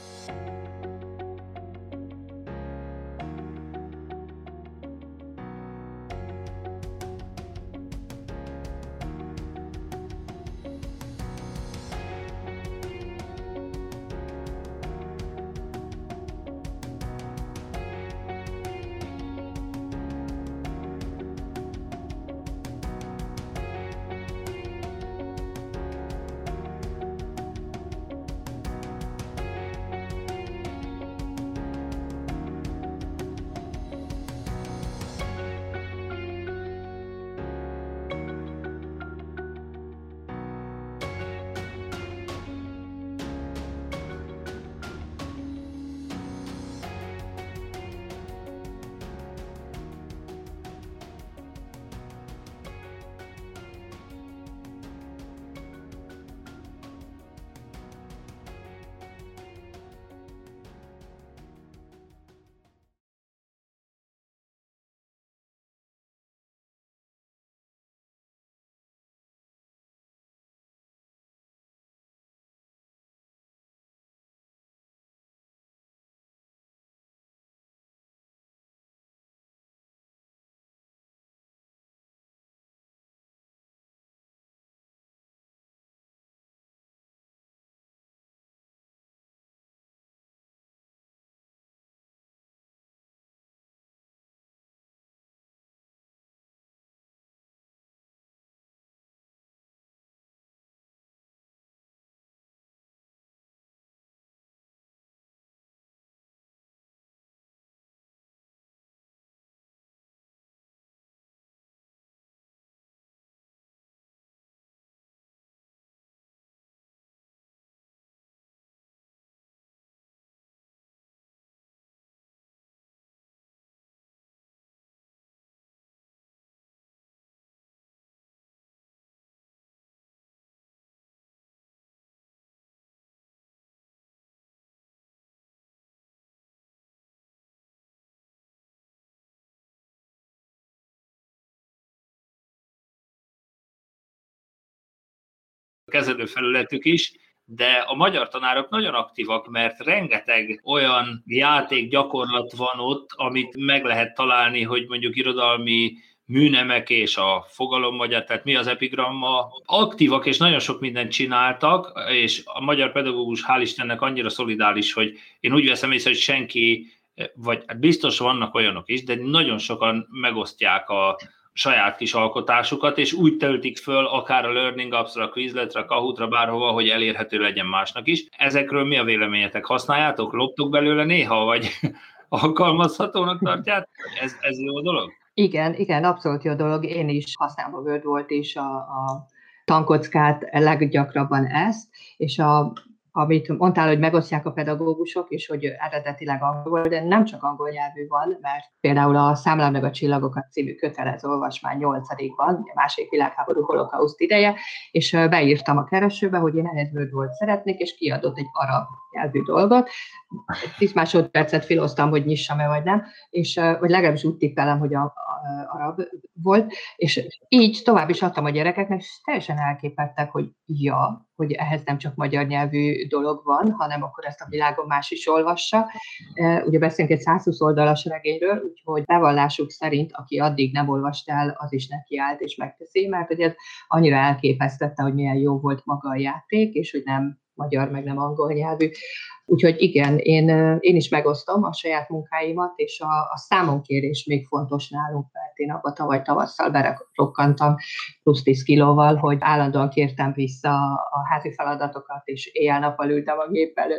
S1: Kezelőfelületük is, de a magyar tanárok nagyon aktívak, mert rengeteg olyan játékgyakorlat van ott, amit meg lehet találni, hogy mondjuk irodalmi műnemek és a fogalommagyar, tehát mi az epigramma, aktívak és nagyon sok mindent csináltak, és a magyar pedagógus hál' Istennek annyira szolidáris, hogy én úgy veszem észre, hogy senki, vagy biztos vannak olyanok is, de nagyon sokan megosztják a saját kis alkotásukat, és úgy töltik föl akár a Learning Apps-ra, Quizletre, Kahootra, bárhova, hogy elérhető legyen másnak is. Ezekről mi a véleményetek? Használjátok? Loptok belőle néha, vagy alkalmazhatónak tartjátok? Ez, ez jó dolog?
S2: Igen, igen, abszolút jó dolog. Én is használom a WordWall-t és a, a tankockát, leggyakrabban ezt, és a amit mondtál, hogy megosztják a pedagógusok, és hogy eredetileg angol, de nem csak angol nyelvű van, mert például a Számlám meg a csillagokat című kötelező olvasmány nyolcadikban, a második világháború holokauszt ideje, és beírtam a keresőbe, hogy én ehhez WordWall-t szeretnék, és kiadott egy arab nyelvű dolgot. tíz másodpercet filoztam, hogy nyissam-e vagy nem, és vagy legalábbis úgy tippelem, hogy a, a, arab volt, és így tovább is adtam a gyerekeknek, és teljesen elképettek, hogy ja, hogy ehhez nem csak magyar nyelvű dolog van, hanem akkor ezt a világon más is olvassa. Ugye beszélünk egy százhúsz oldalas regényről, úgyhogy bevallásuk szerint, aki addig nem olvast el, az is nekiállt és megteszi, mert ugye annyira elképesztette, hogy milyen jó volt maga a játék, és hogy nem magyar, meg nem angol nyelvű. Úgyhogy igen, én, én is megosztom a saját munkáimat, és a, a számonkérés még fontos nálunk, mert én abba tavaly tavasszal berokkantam plusz tíz kilóval, hogy állandóan kértem vissza a házi feladatokat, és éjjel-nappal ültem a gép előtt, és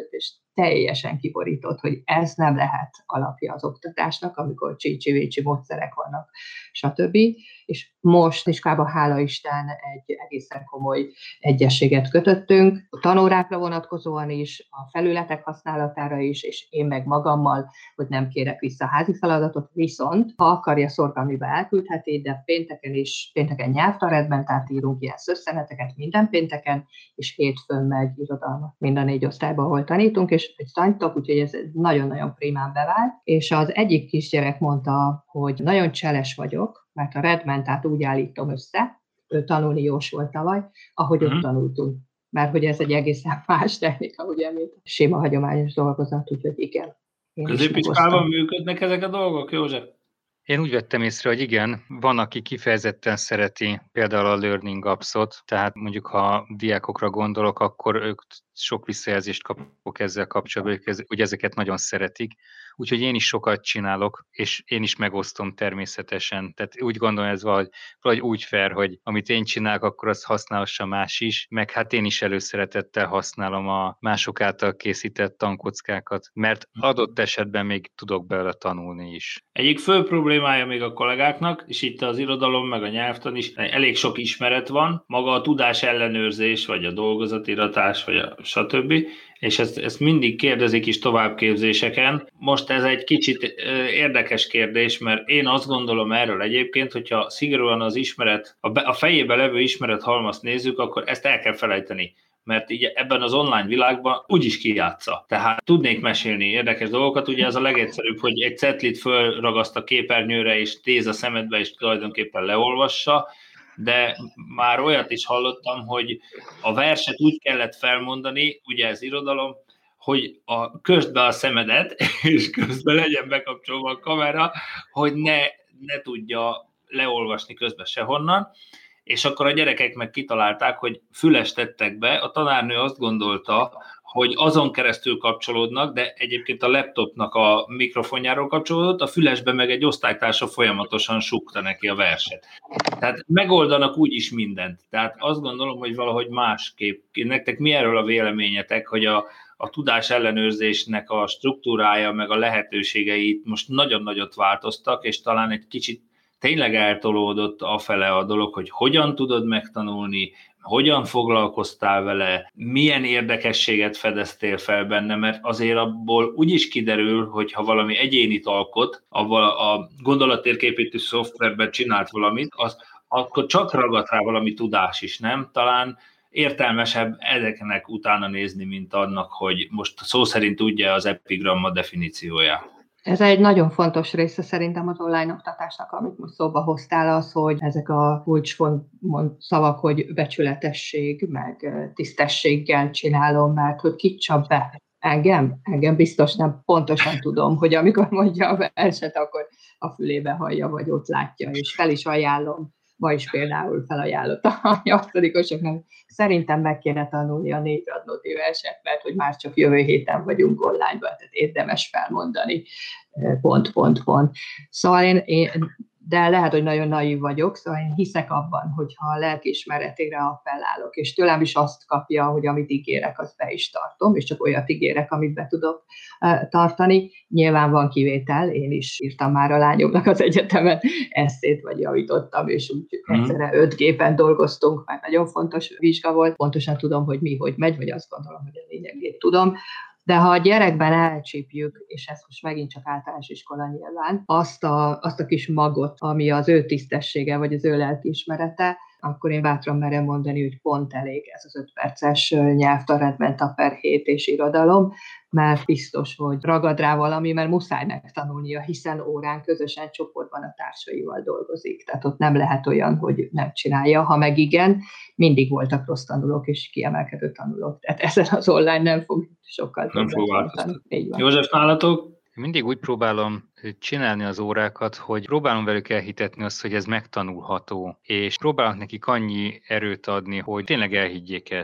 S2: teljesen kiborított, hogy ez nem lehet alapja az oktatásnak, amikor csícsi-vécsi módszerek vannak, stb. És most iskolában, hála Isten, egy egészen komoly egyezséget kötöttünk, a tanórákra vonatkozóan is, a felületek használatára is, és én meg magammal, hogy nem kérek vissza házi feladatot, viszont ha akarja, szorgalmiba elküldheti, de pénteken is, pénteken nyelvtanrendben, tehát írunk ilyen szösszeneteket minden pénteken, és hétfőn meg irodalmat mind a négy osztályban, ahol tanítunk, és egy tanítok, úgyhogy ez nagyon-nagyon primán bevált, és az egyik kisgyerek mondta, hogy nagyon cseles vagyok, mert a Redmentát úgy állítom össze, ő tanulni jós volt tavaly, ahogy ott tanultunk. Mert hogy ez egy egészen más technika, ugye, mint sima hagyományos dolgozat, úgyhogy igen.
S1: Középiskolában működnek ezek a dolgok, József?
S3: Én úgy vettem észre, hogy igen, van, aki kifejezetten szereti például a Learning Apps-ot, tehát mondjuk ha diákokra gondolok, akkor ők sok visszajelzést kapok ezzel kapcsolatban, hogy ezeket nagyon szeretik. Úgyhogy én is sokat csinálok, és én is megosztom természetesen. Tehát úgy gondolom, ez valahogy, valahogy úgy fair, hogy amit én csinálok, akkor azt használhassa más is, meg hát én is előszeretettel használom a mások által készített tankockákat, mert adott esetben még tudok belőle tanulni is.
S1: Egyik fő problémája még a kollégáknak, és itt az irodalom meg a nyelvtan is, elég sok ismeret van, maga a tudás ellenőrzés, vagy a dolgozatiratás, vagy a stb., és ezt, ezt mindig kérdezik is továbbképzéseken. Most ez egy kicsit érdekes kérdés, mert én azt gondolom erről egyébként, hogyha szigorúan az ismeret, a, be, a fejében levő ismerethalmazt nézzük, akkor ezt el kell felejteni. Mert így ebben az online világban úgyis kijátsza. Tehát tudnék mesélni érdekes dolgokat, ugye ez a legegyszerűbb, hogy egy cetlit fölragaszt a képernyőre, és téz a szemedbe, és tulajdonképpen leolvassa, de már olyat is hallottam, hogy a verset úgy kellett felmondani, ugye ez irodalom, hogy a közd be a szemedet, és közben legyen bekapcsolva a kamera, hogy ne, ne tudja leolvasni közben sehonnan, és akkor a gyerekek meg kitalálták, hogy füles tettek be, a tanárnő azt gondolta, hogy azon keresztül kapcsolódnak, de egyébként a laptopnak a mikrofonjáról kapcsolódott, a fülesbe meg egy osztálytársa folyamatosan súgta neki a verset. Tehát megoldanak úgyis mindent. Tehát azt gondolom, hogy valahogy másképp. Nektek mi erről a véleményetek, hogy a, a tudás ellenőrzésnek a struktúrája, meg a lehetőségei most nagyon nagyot változtak, és talán egy kicsit tényleg eltolódott afele a dolog, hogy hogyan tudod megtanulni, hogyan foglalkoztál vele, milyen érdekességet fedeztél fel benne, mert azért abból úgy is kiderül, hogy ha valami egyénit alkot, avval a gondolattérképítő szoftverben csinált valamit, az, akkor csak ragad rá valami tudás is, nem? Talán értelmesebb ezeknek utána nézni, mint annak, hogy most szó szerint tudja az epigramma definícióját.
S2: Ez egy nagyon fontos része szerintem az online oktatásnak, amit most szóba hoztál, az, hogy ezek a kulcsfont szavak, hogy becsületesség, meg tisztességgel csinálom, mert hogy kit csap be. Engem? Engem biztos nem. Pontosan tudom, hogy amikor mondja a verset, akkor a fülébe hallja, vagy ott látja, és fel is ajánlom. Ma is például felajánlott a nyolcadikosoknak. Szerintem meg kéne tanulni a négy Radnóti verset, mert hogy már csak jövő héten vagyunk online-ban, tehát érdemes felmondani, pont, pont, pont. Szóval én, én, de lehet, hogy nagyon naív vagyok, szóval én hiszek abban, hogyha a lelkiismeretére appellálok, és tőlem is azt kapja, hogy amit ígérek, azt be is tartom, és csak olyat ígérek, amit be tudok tartani. Nyilván van kivétel, én is írtam már a lányoknak az egyetemen esszét, vagy javítottam, és úgy mm. egyszerre öt gépen dolgoztunk, mert nagyon fontos vizsga volt. Pontosan tudom, hogy mi, hogy megy, vagy azt gondolom, hogy a lényegét tudom. De ha a gyerekben elcsípjük, és ez most megint csak általános iskola nyilván, azt a, azt a kis magot, ami az ő tisztessége, vagy az ő lelkiismerete, akkor én bátran merem mondani, hogy pont elég ez az öt perces nyelvtanrendben per hét és irodalom, mert biztos, hogy ragad rá valami, mert muszáj megtanulnia, hiszen órán közösen csoportban a társaival dolgozik. Tehát ott nem lehet olyan, hogy nem csinálja, ha meg igen, mindig voltak rossz tanulók és kiemelkedő tanulók. Tehát ezen az online nem fog sokkal
S1: nem fog változtatni. József, nálatok?
S3: Mindig úgy próbálom csinálni az órákat, hogy próbálom velük elhitetni azt, hogy ez megtanulható, és próbálok nekik annyi erőt adni, hogy tényleg elhiggyék ezt.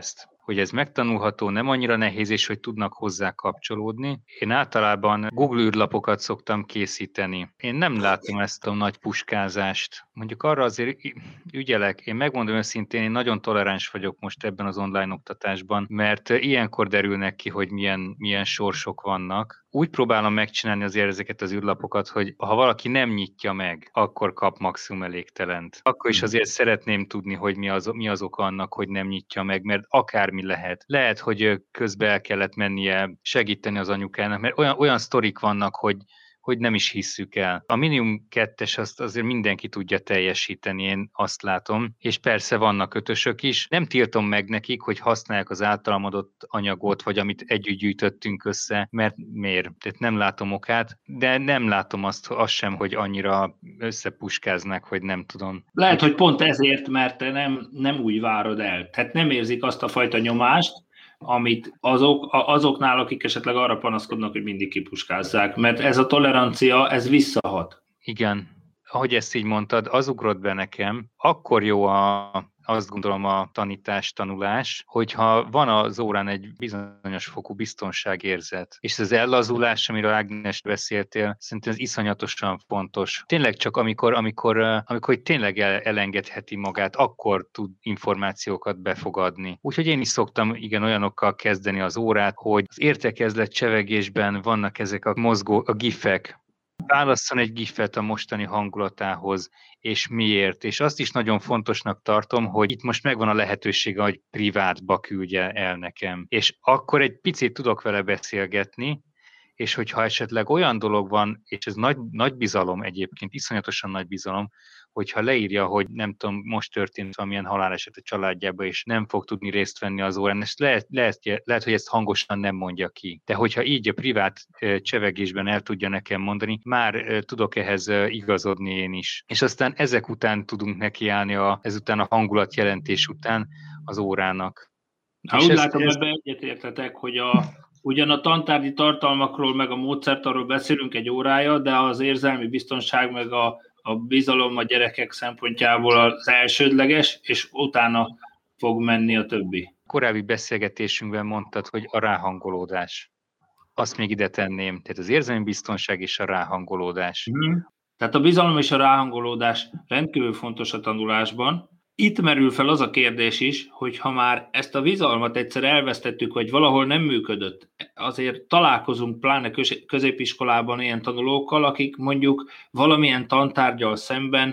S3: hogy ez megtanulható, nem annyira nehéz, és hogy tudnak hozzá kapcsolódni. Én általában Google űrlapokat szoktam készíteni. Én nem látom ezt a nagy puskázást. Mondjuk arra azért ügyelek. Én megmondom őszintén, én nagyon toleráns vagyok most ebben az online oktatásban, mert ilyenkor derülnek ki, hogy milyen, milyen sorsok vannak. Úgy próbálom megcsinálni azért ezeket az űrlapokat, hogy ha valaki nem nyitja meg, akkor kap maximum elégtelent. Akkor is azért szeretném tudni, hogy mi az, mi az oka annak, hogy nem nyitja meg, mert akármi lehet. Lehet, hogy közben el kellett mennie segíteni az anyukának, mert olyan, olyan sztorik vannak, hogy hogy nem is hisszük el. A minimum kettes azt azért mindenki tudja teljesíteni, én azt látom, és persze vannak ötösök is. Nem tiltom meg nekik, hogy használják az általam adott anyagot, vagy amit együtt gyűjtöttünk össze, mert miért? Tehát nem látom okát, de nem látom azt, azt sem, hogy annyira összepuskáznak, hogy nem tudom.
S1: Lehet, hogy pont ezért, mert te nem, nem úgy várod el. Tehát nem érzik azt a fajta nyomást, amit azok, azoknál, akik esetleg arra panaszkodnak, hogy mindig kipuskázzák, mert ez a tolerancia, ez visszahat.
S3: Igen, ahogy ezt így mondtad, az ugrott be nekem, akkor jó a, azt gondolom a tanítás, tanulás, hogyha van az órán egy bizonyos fokú biztonságérzet, és az ellazulás, amiről Ágnes beszéltél, szerintem ez iszonyatosan fontos. Tényleg csak amikor, amikor, amikor tényleg elengedheti magát, akkor tud információkat befogadni. Úgyhogy én is szoktam igen olyanokkal kezdeni az órát, hogy az értekezlet csevegésben vannak ezek a mozgó, a gifek, válasszon egy gifet a mostani hangulatához, és miért. És azt is nagyon fontosnak tartom, hogy itt most megvan a lehetősége, hogy privátba küldje el nekem. És akkor egy picit tudok vele beszélgetni, és hogyha esetleg olyan dolog van, és ez nagy, nagy bizalom egyébként, iszonyatosan nagy bizalom, hogyha leírja, hogy nem tudom, most történt valamilyen haláleset a családjába, és nem fog tudni részt venni az órán, és lehet, lehet, lehet, hogy ezt hangosan nem mondja ki. De hogyha így a privát csevegésben el tudja nekem mondani, már tudok ehhez igazodni én is. És aztán ezek után tudunk nekiállni, a, ezután a hangulatjelentés után az órának.
S1: Hát úgy ez, látom, ez... ebben egyetértetek, hogy a, ugyan a tantárgyi tartalmakról, meg a módszertanról beszélünk egy órája, de az érzelmi biztonság, meg a a bizalom a gyerekek szempontjából az elsődleges, és utána fog menni a többi.
S3: Korábbi beszélgetésünkben mondtad, hogy a ráhangolódás. Azt még ide tenném, tehát az érzelmi biztonság és a ráhangolódás.
S1: Hmm. Tehát a bizalom és a ráhangolódás rendkívül fontos a tanulásban. Itt merül fel az a kérdés is, hogy ha már ezt a bizalmat egyszer elvesztettük, vagy valahol nem működött, azért találkozunk pláne középiskolában ilyen tanulókkal, akik mondjuk valamilyen tantárggyal szemben,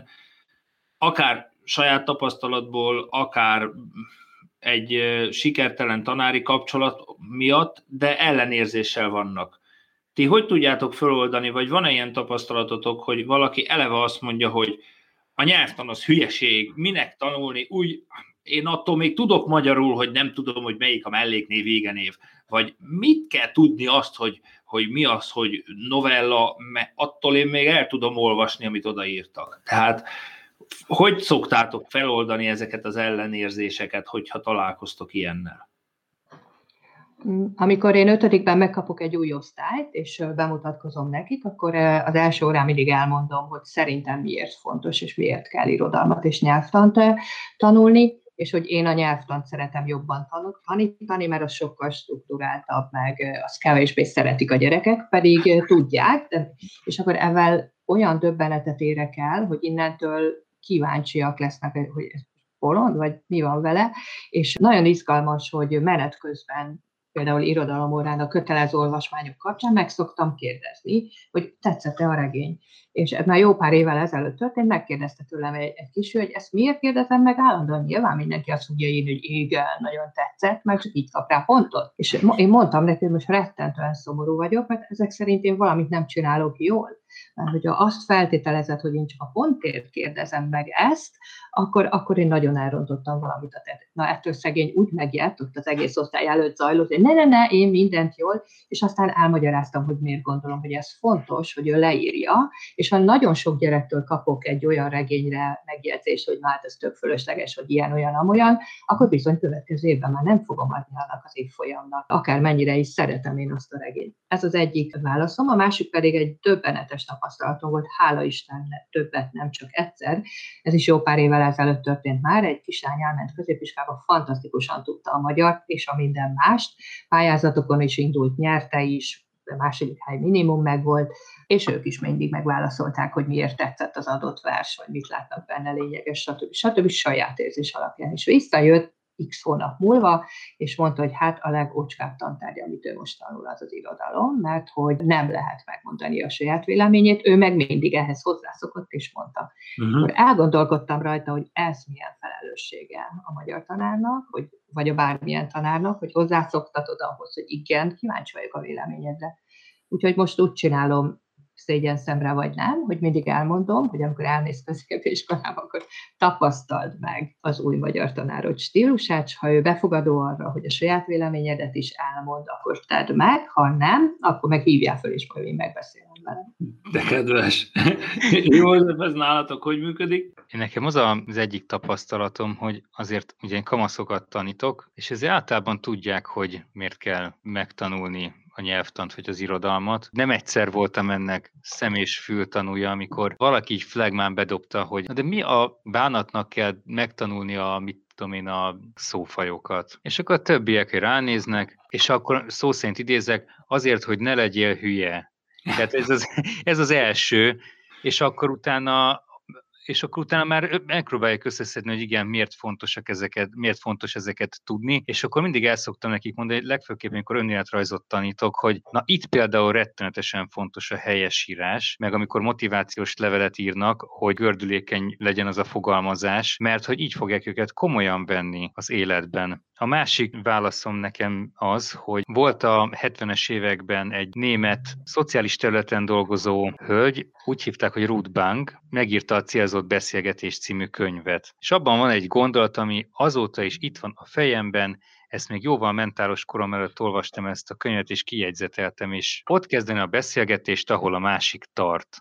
S1: akár saját tapasztalatból, akár egy sikertelen tanári kapcsolat miatt, de ellenérzéssel vannak. Ti hogy tudjátok feloldani, vagy van-e ilyen tapasztalatotok, hogy valaki eleve azt mondja, hogy a nyelvtan az hülyeség, minek tanulni, úgy, én attól még tudok magyarul, hogy nem tudom, hogy melyik a melléknév, végenév, vagy mit kell tudni azt, hogy, hogy mi az, hogy novella, mert attól én még el tudom olvasni, amit odaírtak. Tehát hogy szoktátok feloldani ezeket az ellenérzéseket, hogyha találkoztok ilyennel?
S2: Amikor én ötödikben megkapok egy új osztályt, és bemutatkozom nekik, akkor az első órán mindig elmondom, hogy szerintem miért fontos, és miért kell irodalmat és nyelvtant tanulni, és hogy én a nyelvtant szeretem jobban tanítani, mert az sokkal struktúráltabb, meg azt kevésbé szeretik a gyerekek, pedig tudják, de, és akkor ezzel olyan döbbenetet érek el, hogy innentől kíváncsiak lesznek, hogy ez bolond, vagy mi van vele, és nagyon izgalmas, hogy menet közben például irodalomórán a kötelező olvasmányok kapcsán meg szoktam kérdezni, hogy tetszett-e a regény. És ez már jó pár évvel ezelőtt történt, megkérdezte tőlem egy, egy kiső, hogy ezt miért kérdezem meg állandóan? Nyilván mindenki azt fogja írni, hogy igen, nagyon tetszett, meg csak így kap rá pontot. És én mondtam neki, hogy most rettentően szomorú vagyok, mert ezek szerint én valamit nem csinálok jól. Mert hogyha azt feltételezed, hogy én csak a pontért kérdezem meg ezt, akkor, akkor én nagyon elrontottam valamit a tett. Na ettől szegény úgy megijedt, ott az egész osztály előtt zajlott, hogy ne, ne, ne, én mindent jól, és aztán elmagyaráztam, hogy miért gondolom, hogy ez fontos, hogy ő leírja, és ha nagyon sok gyerektől kapok egy olyan regényre megjegyzést, hogy hát ez tök fölösleges, hogy ilyen, olyan, amolyan, akkor bizony következő évben már nem fogom adni annak az évfolyamnak, akár mennyire is szeretem én azt a regényt. Ez az egyik válaszom, a másik pedig egy döbbenetes tapasztalatom volt, hála Istennek többet, nem csak egyszer. Ez is jó pár évvel ezelőtt történt már, egy kislány elment középiskolába, fantasztikusan tudta a magyart és a minden mást, pályázatokon is indult, nyerte is, a második hely minimum megvolt, és ők is mindig megválaszolták, hogy miért tetszett az adott vers, vagy mit látnak benne lényeges, stb. stb. Saját érzés alapján is visszajött x hónap múlva, és mondta, hogy hát a legocskább tantárgy, amit ő most tanul, az az irodalom, mert hogy nem lehet megmondani a saját véleményét, ő meg mindig ehhez hozzászokott, és mondta. Uh-huh. Akkor elgondolkodtam rajta, hogy ez milyen felelőssége a magyar tanárnak, hogy, vagy a bármilyen tanárnak, hogy hozzászoktatod ahhoz, hogy igen, kíváncsi vagyok a véleményedre. Úgyhogy most úgy csinálom, szégyen szemre vagy nem, hogy mindig elmondom, hogy amikor elmész középiskolába, akkor tapasztald meg az új magyar tanárod stílusát, ha ő befogadó arra, hogy a saját véleményedet is elmond, akkor tedd meg, ha nem, akkor meg hívjál föl, és majd én megbeszélem vele.
S1: De kedves! Jó, ez nálatok hogy működik?
S3: Én nekem az az egyik tapasztalatom, hogy azért ugye én kamaszokat tanítok, és ezért általában tudják, hogy miért kell megtanulni a nyelvtant vagy az irodalmat. Nem egyszer voltam ennek szem és fül tanulja, amikor valaki így flagmán bedobta, hogy de mi a bánatnak kell megtanulni a mit tudom én, a szófajokat. És akkor a többiek ránéznek, és akkor szó szerint idézek, azért, hogy ne legyél hülye. Tehát ez az, ez az első, és akkor utána és akkor utána már megpróbálják összeszedni, hogy igen, miért fontosak ezeket, miért fontos ezeket tudni, és akkor mindig el szoktam nekik mondani, hogy legfőképp, amikor önéletrajzot tanítok, hogy na itt például rettenetesen fontos a helyesírás, meg amikor motivációs levelet írnak, hogy gördülékeny legyen az a fogalmazás, mert hogy így fogják őket komolyan venni az életben. A másik válaszom nekem az, hogy volt a hetvenes években egy német szociális területen dolgozó hölgy, úgy hívták, hogy Ruth Bang, megírta a Célzott beszélgetés című könyvet. És abban van egy gondolat, ami azóta is itt van a fejemben, ezt még jóval mentálos korom előtt olvastam ezt a könyvet, és kijegyzeteltem, és ott kezdeni a beszélgetést, ahol a másik tart.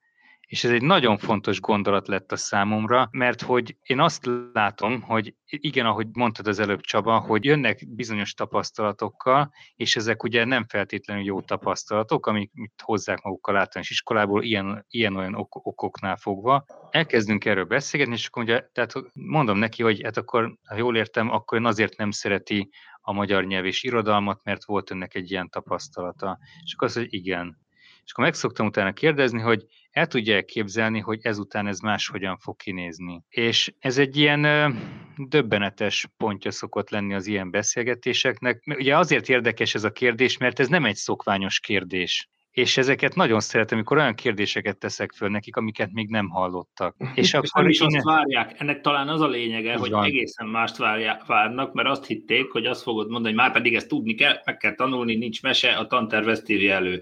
S3: És ez egy nagyon fontos gondolat lett a számomra, mert hogy én azt látom, hogy igen, ahogy mondtad az előbb, Csaba, hogy jönnek bizonyos tapasztalatokkal, és ezek ugye nem feltétlenül jó tapasztalatok, amik hozzák magukkal általános iskolából, ilyen, ilyen-olyan ok- okoknál fogva. Elkezdünk erről beszélgetni, és akkor ugye, tehát mondom neki, hogy hát akkor, ha jól értem, akkor ön azért nem szereti a magyar nyelv és irodalmat, mert volt önnek egy ilyen tapasztalata. És akkor azt, hogy igen. És akkor meg szoktam utána kérdezni, hogy el tudja képzelni, hogy ezután ez máshogyan fog kinézni. És ez egy ilyen ö, döbbenetes pontja szokott lenni az ilyen beszélgetéseknek. Ugye azért érdekes ez a kérdés, mert ez nem egy szokványos kérdés. És ezeket nagyon szeretem, amikor olyan kérdéseket teszek föl nekik, amiket még nem hallottak. És,
S1: és
S3: akkor
S1: nem is
S3: innen...
S1: azt várják. Ennek talán az a lényege, hogy
S3: van.
S1: egészen mást várják, várnak, mert azt hitték, hogy azt fogod mondani, hogy már pedig ezt tudni kell, meg kell tanulni, nincs mese, a tanterv ezt írja elő.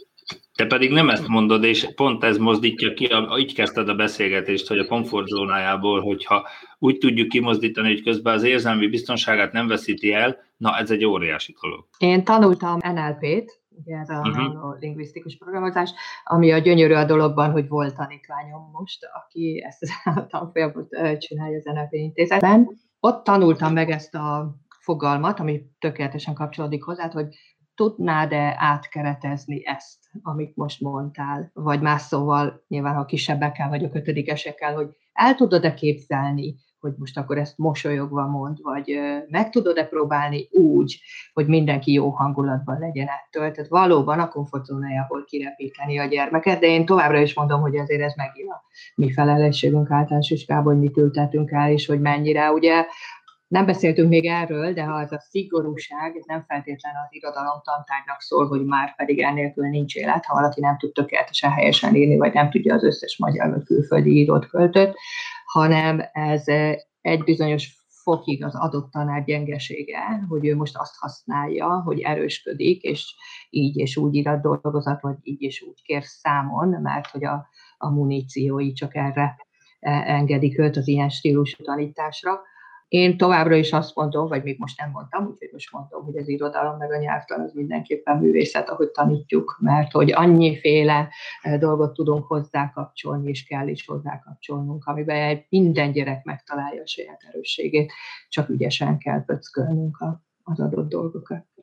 S1: Te pedig nem ezt mondod, és pont ez mozdítja ki, így kezdted a beszélgetést, hogy a komfortzónájából, hogyha úgy tudjuk kimozdítani, hogy közben az érzelmi biztonságát nem veszíti el, na ez egy óriási dolog.
S2: Én tanultam en el pét, ugye ez a uh-huh. lingvisztikus programozás, ami a gyönyörű a dologban, hogy volt tanítványom most, aki ezt a tanfolyamot csinálja az en el pé intézetben. Ott tanultam meg ezt a fogalmat, ami tökéletesen kapcsolódik hozzá, hogy tudnád-e átkeretezni ezt, amit most mondtál? Vagy más szóval, nyilván ha kisebbekkel vagy a ötödikesekkel, hogy el tudod-e képzelni, hogy most akkor ezt mosolyogva mond, vagy meg tudod-e próbálni úgy, hogy mindenki jó hangulatban legyen ettől. Tehát valóban a komfortzónájából kirepíteni a gyermeket, de én továbbra is mondom, hogy azért ez megint a mi felelősségünk általános iskolában, hogy mit ültetünk el, és hogy mennyire, ugye, nem beszéltünk még erről, de ha az a szigorúság, ez nem feltétlenül az irodalom tantárgynak szól, hogy már pedig ennélkül nincs élet, ha valaki nem tud tökéletesen helyesen írni, vagy nem tudja az összes magyar vagy külföldi írót költött, hanem ez egy bizonyos fokig az adott tanár gyengesége, hogy ő most azt használja, hogy erősködik, és így és úgy ír a dolgozat, vagy így és úgy kér számon, mert hogy a, a muníciói csak erre engedik őt az ilyen stílusú tanításra. Én továbbra is azt mondom, vagy még most nem mondtam, úgyhogy most mondom, hogy az irodalom meg a nyelvtan az mindenképpen művészet, ahogy tanítjuk, mert hogy annyiféle dolgot tudunk hozzá kapcsolni, és kell is hozzá kapcsolnunk, amiben minden gyerek megtalálja a saját erősségét, csak ügyesen kell pöckölnünk az adott dolgokat.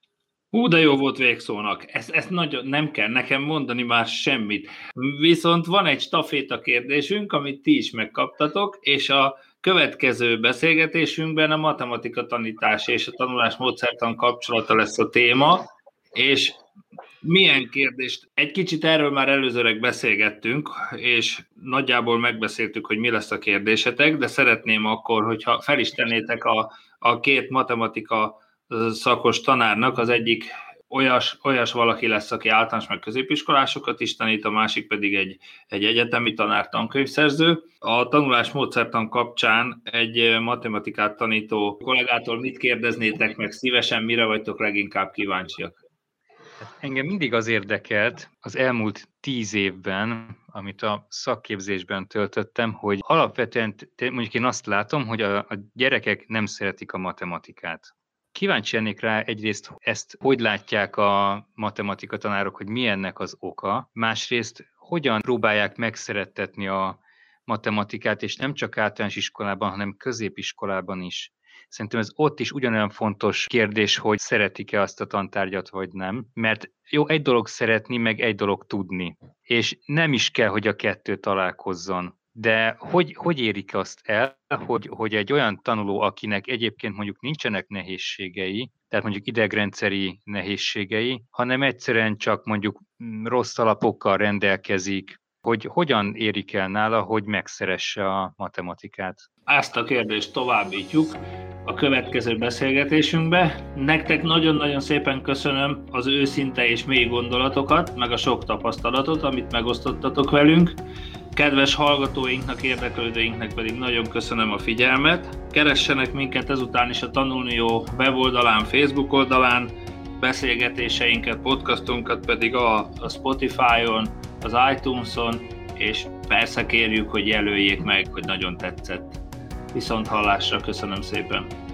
S1: Hú, de jó volt végszónak. Ezt, ezt nagyon nem kell nekem mondani már semmit. Viszont van egy staféta kérdésünk, amit ti is megkaptatok, és a következő beszélgetésünkben a matematika tanítás és a tanulás módszertan kapcsolata lesz a téma, és milyen kérdést? Egy kicsit erről már előzőleg beszélgettünk, és nagyjából megbeszéltük, hogy mi lesz a kérdésetek, de szeretném akkor, hogyha fel is tennétek a, a két matematika szakos tanárnak, az egyik olyas, olyas valaki lesz, aki általános meg középiskolásokat is tanít, a másik pedig egy, egy egyetemi tanár, tankönyvszerző. A tanulás módszertan kapcsán egy matematikát tanító kollégától mit kérdeznétek meg szívesen, mire vagytok leginkább kíváncsiak?
S3: Engem mindig az érdekelt az elmúlt tíz évben, amit a szakképzésben töltöttem, hogy alapvetően mondjuk én azt látom, hogy a, a gyerekek nem szeretik a matematikát. Kíváncsi lennék rá egyrészt ezt, hogy látják a matematika tanárok, hogy mi ennek az oka, másrészt hogyan próbálják megszerettetni a matematikát, és nem csak általános iskolában, hanem középiskolában is. Szerintem ez ott is ugyanolyan fontos kérdés, hogy szeretik-e azt a tantárgyat, vagy nem. Mert jó, egy dolog szeretni, meg egy dolog tudni. És nem is kell, hogy a kettő találkozzon. De hogy, hogy érik azt el, hogy, hogy egy olyan tanuló, akinek egyébként mondjuk nincsenek nehézségei, tehát mondjuk idegrendszeri nehézségei, hanem egyszerűen csak mondjuk rossz alapokkal rendelkezik, hogy hogyan érik el nála, hogy megszeresse a matematikát.
S1: Ezt a kérdést továbbítjuk a következő beszélgetésünkbe. Nektek nagyon-nagyon szépen köszönöm az őszinte és mély gondolatokat, meg a sok tapasztalatot, amit megosztottatok velünk. Kedves hallgatóinknak, érdeklődőinknek pedig nagyon köszönöm a figyelmet. Keressenek minket ezután is a Tanulnió weboldalán, Facebook oldalán, beszélgetéseinket, podcastunkat pedig a, a Spotify-on, az iTunes-on, és persze kérjük, hogy jelöljék meg, hogy nagyon tetszett. Viszont hallásra, köszönöm szépen!